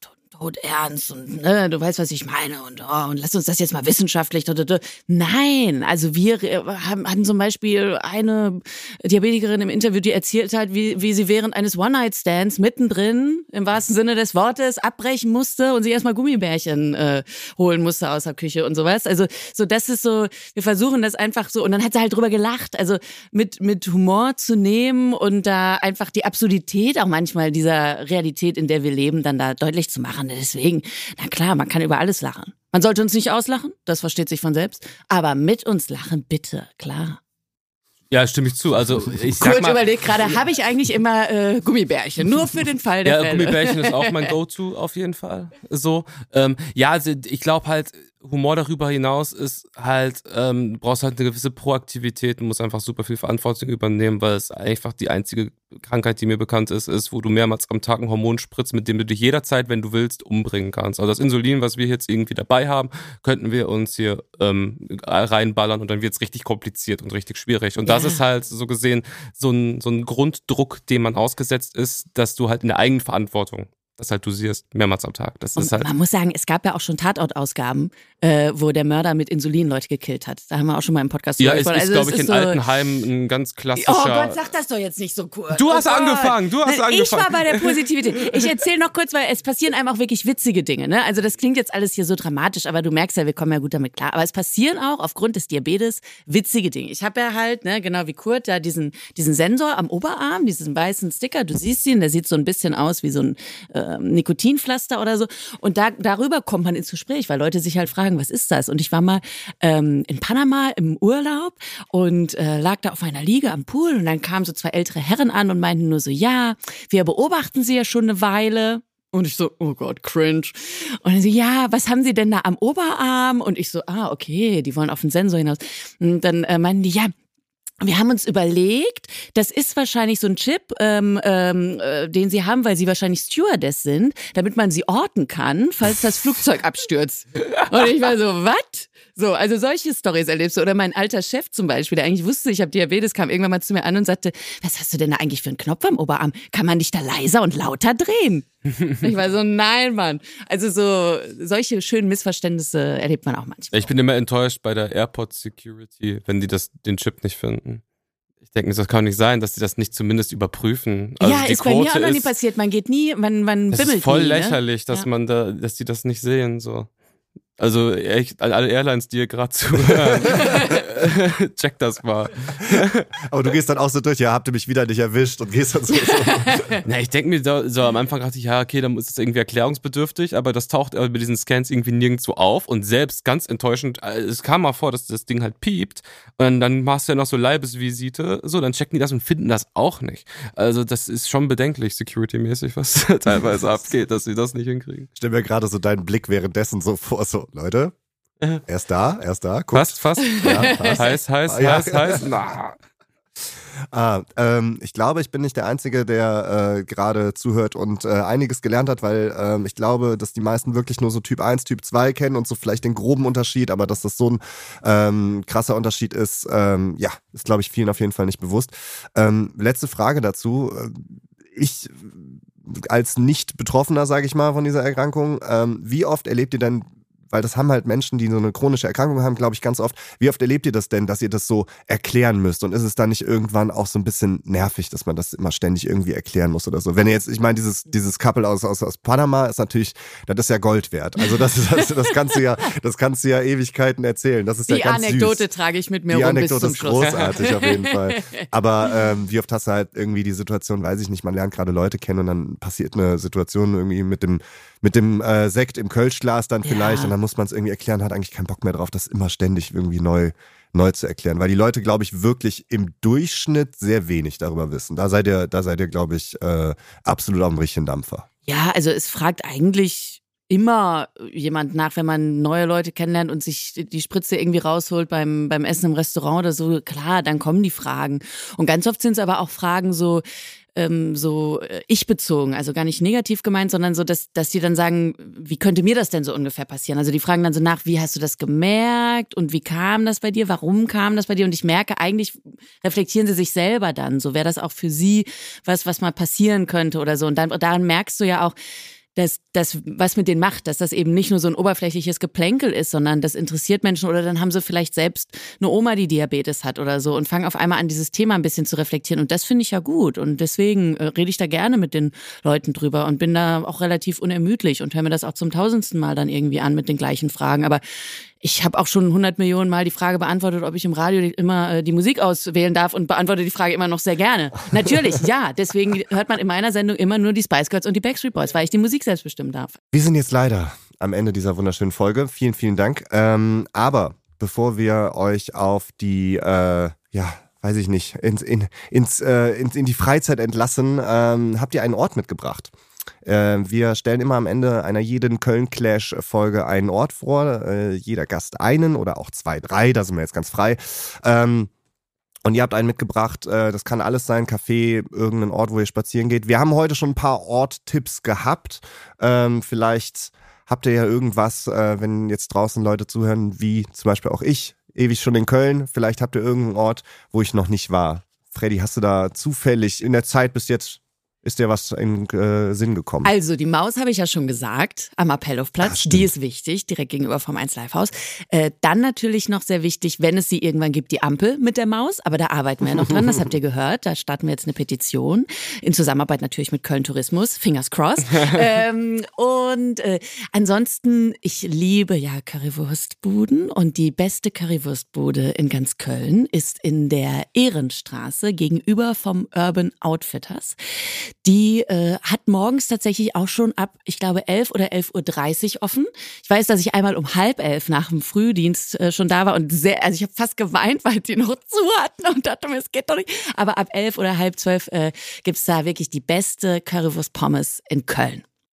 ernst und ne, du weißt, was ich meine und lass uns das jetzt mal wissenschaftlich. Nein, also wir hatten zum Beispiel eine Diabetikerin im Interview, die erzählt hat, wie sie während eines One-Night-Stands mittendrin, im wahrsten Sinne des Wortes, abbrechen musste und sich erstmal Gummibärchen holen musste aus der Küche und sowas. Also so, das ist so, wir versuchen das einfach so und dann hat sie halt drüber gelacht, also mit Humor zu nehmen und da einfach die Absurdität auch manchmal dieser Realität, in der wir leben, dann da deutlich zu machen. Deswegen, na klar, man kann über alles lachen. Man sollte uns nicht auslachen, das versteht sich von selbst, aber mit uns lachen, bitte, klar. Ja, stimme ich zu. Also ich sag Kurt mal, überlegt gerade, habe ich eigentlich immer Gummibärchen? Nur für den Fall der Fälle. Ja, Gummibärchen ist auch mein Go-To auf jeden Fall. So, also ich glaube halt, Humor darüber hinaus ist halt, du brauchst halt eine gewisse Proaktivität, du musst einfach super viel Verantwortung übernehmen, weil es einfach die einzige Krankheit, die mir bekannt ist, wo du mehrmals am Tag ein Hormon spritzt, mit dem du dich jederzeit, wenn du willst, umbringen kannst. Also das Insulin, was wir jetzt irgendwie dabei haben, könnten wir uns hier reinballern und dann wird es richtig kompliziert und richtig schwierig. Und das ist halt so gesehen so ein Grunddruck, dem man ausgesetzt ist, dass du halt in der eigenen Verantwortung das halt dosierst, mehrmals am Tag. Das ist halt. Man muss sagen, es gab ja auch schon Tatortausgaben, wo der Mörder mit Insulin Leute gekillt hat. Da haben wir auch schon mal im Podcast drüber gesprochen. Ja, es ist, glaube ich, in Altenheim ein ganz klassischer. Oh Gott, sag das doch jetzt nicht so kurz. Du hast angefangen. Ich war bei der Positivität. Ich erzähle noch kurz, weil es passieren einem auch wirklich witzige Dinge. Ne? Also das klingt jetzt alles hier so dramatisch, aber du merkst ja, wir kommen ja gut damit klar. Aber es passieren auch aufgrund des Diabetes witzige Dinge. Ich habe ja halt, ne, genau wie Kurt, da diesen Sensor am Oberarm, diesen weißen Sticker. Du siehst ihn, der sieht so ein bisschen aus wie so ein Nikotinpflaster oder so. Und darüber kommt man ins Gespräch, weil Leute sich halt fragen, was ist das? Und ich war mal in Panama im Urlaub und lag da auf einer Liege am Pool und dann kamen so 2 ältere Herren an und meinten nur so, ja, wir beobachten sie ja schon eine Weile. Und ich so, oh Gott, cringe. Und dann so, ja, was haben Sie denn da am Oberarm? Und ich so, okay, die wollen auf den Sensor hinaus. Und dann meinten die, ja, wir haben uns überlegt, das ist wahrscheinlich so ein Chip, den sie haben, weil sie wahrscheinlich Stewardess sind, damit man sie orten kann, falls das Flugzeug abstürzt. Und ich war so, was? So, also solche Storys erlebst du. Oder mein alter Chef zum Beispiel, der eigentlich wusste, ich habe Diabetes, kam irgendwann mal zu mir an und sagte, was hast du denn da eigentlich für einen Knopf am Oberarm? Kann man dich da leiser und lauter drehen? Ich war so, nein, Mann. Also so solche schönen Missverständnisse erlebt man auch manchmal. Ich bin immer enttäuscht bei der AirPods Security, wenn die den Chip nicht finden. Ich denke mir, das kann nicht sein, dass die das nicht zumindest überprüfen. Also ja, die ist Quote bei mir auch noch nie passiert. Man geht nie, man bimmelt nie. Es ist voll ne? lächerlich, dass dass die das nicht sehen, so. Also echt, alle Airlines, die ihr gerade zuhören, check das mal. Aber du gehst dann auch so durch, ja, habt ihr mich wieder nicht erwischt und gehst dann so. Na, ich denke mir so am Anfang dachte ich, ja, okay, dann ist es irgendwie erklärungsbedürftig, aber das taucht bei diesen Scans irgendwie nirgendwo auf und selbst ganz enttäuschend, es kam mal vor, dass das Ding halt piept und dann machst du ja noch so Leibesvisite, so, dann checken die das und finden das auch nicht. Also das ist schon bedenklich security-mäßig, was da teilweise abgeht, dass sie das nicht hinkriegen. Stell mir gerade so deinen Blick währenddessen so vor, so, Leute, er ist da, guckt. Fast. Ja, fast. Heiß. Na. Ich glaube, ich bin nicht der Einzige, der gerade zuhört und einiges gelernt hat, weil ich glaube, dass die meisten wirklich nur so Typ 1, Typ 2 kennen und so vielleicht den groben Unterschied, aber dass das so ein krasser Unterschied ist, ist, glaube ich, vielen auf jeden Fall nicht bewusst. Letzte Frage dazu. Ich als Nicht-Betroffener, sage ich mal, von dieser Erkrankung, wie oft erlebt ihr denn, weil das haben halt Menschen, die so eine chronische Erkrankung haben, glaube ich, ganz oft. Wie oft erlebt ihr das denn, dass ihr das so erklären müsst? Und ist es dann nicht irgendwann auch so ein bisschen nervig, dass man das immer ständig irgendwie erklären muss oder so? Wenn ihr jetzt, ich meine, dieses Couple aus Panama ist natürlich, das ist ja Gold wert. Also das kannst du ja Ewigkeiten erzählen. Das ist ja ganz süß. Die Anekdote trage ich mit mir rum bis zum Schluss. Die Anekdote ist großartig auf jeden Fall. Aber wie oft hast du halt irgendwie die Situation, weiß ich nicht, man lernt gerade Leute kennen und dann passiert eine Situation irgendwie mit dem Sekt im Kölschglas dann vielleicht und dann muss man es irgendwie erklären, hat eigentlich keinen Bock mehr drauf, das immer ständig irgendwie neu zu erklären, weil die Leute, glaube ich, wirklich im Durchschnitt sehr wenig darüber wissen. Da seid ihr, glaube ich, absolut auf dem richtigen Dampfer. Ja, also es fragt eigentlich immer jemand nach, wenn man neue Leute kennenlernt und sich die Spritze irgendwie rausholt beim Essen im Restaurant oder so, klar, dann kommen die Fragen. Und ganz oft sind es aber auch Fragen so ich-bezogen, also gar nicht negativ gemeint, sondern so, dass die dann sagen, wie könnte mir das denn so ungefähr passieren? Also die fragen dann so nach, wie hast du das gemerkt und wie kam das bei dir, warum kam das bei dir? Und ich merke, eigentlich reflektieren sie sich selber dann, so wäre das auch für sie was mal passieren könnte oder so. Und dann daran merkst du ja auch, dass das was mit denen macht, dass das eben nicht nur so ein oberflächliches Geplänkel ist, sondern das interessiert Menschen oder dann haben sie vielleicht selbst eine Oma, die Diabetes hat oder so und fangen auf einmal an, dieses Thema ein bisschen zu reflektieren und das finde ich ja gut und deswegen rede ich da gerne mit den Leuten drüber und bin da auch relativ unermüdlich und höre mir das auch zum 1000. Mal dann irgendwie an mit den gleichen Fragen, aber ich habe auch schon 100 Millionen Mal die Frage beantwortet, ob ich im Radio immer die Musik auswählen darf und beantworte die Frage immer noch sehr gerne. Natürlich, ja. Deswegen hört man in meiner Sendung immer nur die Spice Girls und die Backstreet Boys, weil ich die Musik selbst bestimmen darf. Wir sind jetzt leider am Ende dieser wunderschönen Folge. Vielen, vielen Dank. Aber bevor wir euch auf die, weiß ich nicht, in die Freizeit entlassen, habt ihr einen Ort mitgebracht. Wir stellen immer am Ende einer jeden Köln-Clash-Folge einen Ort vor. Jeder Gast einen oder auch 2, 3, da sind wir jetzt ganz frei. Und ihr habt einen mitgebracht, das kann alles sein, Café, irgendein Ort, wo ihr spazieren geht. Wir haben heute schon ein paar Ort-Tipps gehabt. Vielleicht habt ihr ja irgendwas, wenn jetzt draußen Leute zuhören, wie zum Beispiel auch ich, ewig schon in Köln. Vielleicht habt ihr irgendeinen Ort, wo ich noch nicht war. Freddy, hast du da zufällig in der Zeit bis jetzt, ist dir was in Sinn gekommen? Also die Maus habe ich ja schon gesagt, am Appellhofplatz, die ist wichtig, direkt gegenüber vom 1 Live-Haus. Dann natürlich noch sehr wichtig, wenn es sie irgendwann gibt, die Ampel mit der Maus, aber da arbeiten wir ja noch dran, das habt ihr gehört, da starten wir jetzt eine Petition, in Zusammenarbeit natürlich mit Köln Tourismus, fingers crossed. Ansonsten, ich liebe ja Currywurstbuden und die beste Currywurstbude in ganz Köln ist in der Ehrenstraße gegenüber vom Urban Outfitters. Die hat morgens tatsächlich auch schon ab, ich glaube, 11 oder 11.30 Uhr offen. Ich weiß, dass ich einmal um 10:30 nach dem Frühdienst schon da war und also ich habe fast geweint, weil die noch zu hatten und dachte mir, es geht doch nicht. Aber ab 11 oder 11:30 gibt's da wirklich die beste Currywurst-Pommes in Köln.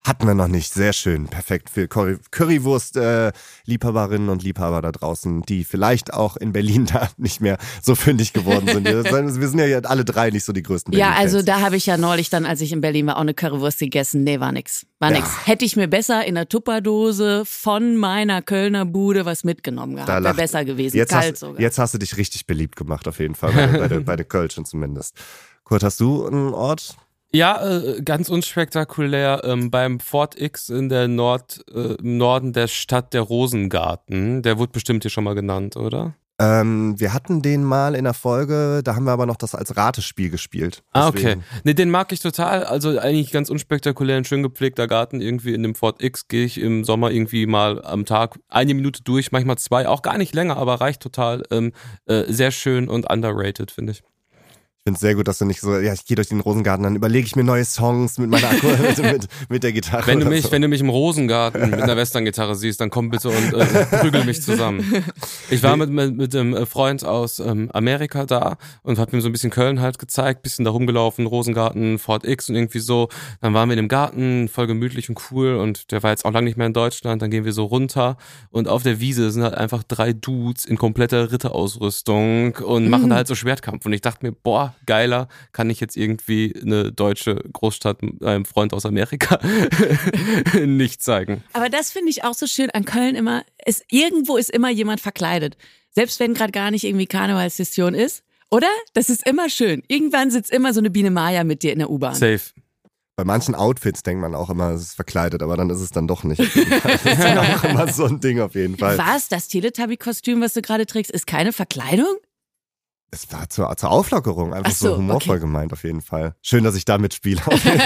Hatten wir noch nicht. Sehr schön. Perfekt für Currywurst-Liebhaberinnen und Liebhaber da draußen, die vielleicht auch in Berlin da nicht mehr so fündig geworden sind. Wir sind ja alle drei nicht so die größten Berlin-Fans. Ja, also da habe ich ja neulich dann, als ich in Berlin war, auch eine Currywurst gegessen. Nee, war nix. Hätte ich mir besser in der Tupperdose von meiner Kölner Bude was mitgenommen gehabt. Wäre besser gewesen. Kalt sogar. Jetzt hast du dich richtig beliebt gemacht, auf jeden Fall. bei der Kölschen zumindest. Kurt, hast du einen Ort? Ja, ganz unspektakulär, beim Fort X in der im Norden der Stadt, der Rosengarten. Der wurde bestimmt hier schon mal genannt, oder? Wir hatten den mal in der Folge, da haben wir aber noch das als Ratespiel gespielt. Deswegen. Okay. Ne, den mag ich total. Also eigentlich ganz unspektakulär, ein schön gepflegter Garten. Irgendwie in dem Fort X gehe ich im Sommer irgendwie mal am Tag 1 Minute durch, manchmal 2, auch gar nicht länger, aber reicht total. Sehr schön und underrated, finde ich. Ich finde es sehr gut, dass du nicht so, ich gehe durch den Rosengarten, dann überlege ich mir neue Songs mit meiner mit der Gitarre. Wenn du mich im Rosengarten mit einer Western-Gitarre siehst, dann komm bitte und prügel mich zusammen. Ich war mit einem Freund aus Amerika da und hab ihm so ein bisschen Köln halt gezeigt, bisschen da rumgelaufen, Rosengarten, Fort X und irgendwie so. Dann waren wir in dem Garten, voll gemütlich und cool und der war jetzt auch lange nicht mehr in Deutschland. Dann gehen wir so runter und auf der Wiese sind halt einfach 3 Dudes in kompletter Ritterausrüstung und machen da halt so Schwertkampf. Und ich dachte mir, boah, geiler kann ich jetzt irgendwie eine deutsche Großstadt einem Freund aus Amerika nicht zeigen. Aber das finde ich auch so schön an Köln immer, irgendwo ist immer jemand verkleidet. Selbst wenn gerade gar nicht irgendwie Karnevalssession ist, oder? Das ist immer schön. Irgendwann sitzt immer so eine Biene Maya mit dir in der U-Bahn. Safe. Bei manchen Outfits denkt man auch immer, es ist verkleidet, aber dann ist es dann doch nicht. Das ist dann auch immer so ein Ding auf jeden Fall. Was? Das Teletubby-Kostüm, was du gerade trägst, ist keine Verkleidung? Es war zur Auflockerung, einfach so humorvoll gemeint auf jeden Fall. Schön, dass ich da mitspiele.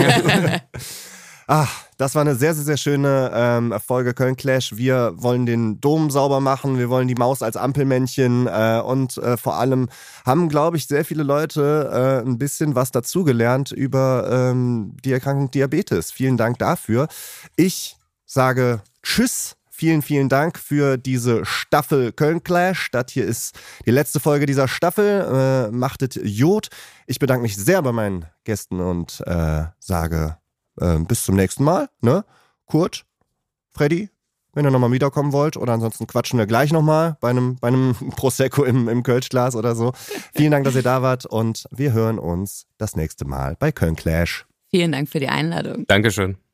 Das war eine sehr, sehr, sehr schöne Folge Köln Clash. Wir wollen den Dom sauber machen, wir wollen die Maus als Ampelmännchen und vor allem haben, glaube ich, sehr viele Leute ein bisschen was dazugelernt über die Erkrankung Diabetes. Vielen Dank dafür. Ich sage Tschüss. Vielen, vielen Dank für diese Staffel Köln Clash. Das hier ist die letzte Folge dieser Staffel. Machtet Jod. Ich bedanke mich sehr bei meinen Gästen und sage bis zum nächsten Mal. Ne? Kurt, Freddy, wenn ihr nochmal wiederkommen wollt. Oder ansonsten quatschen wir gleich nochmal bei einem Prosecco im Kölschglas oder so. Vielen Dank, dass ihr da wart und wir hören uns das nächste Mal bei Köln Clash. Vielen Dank für die Einladung. Dankeschön.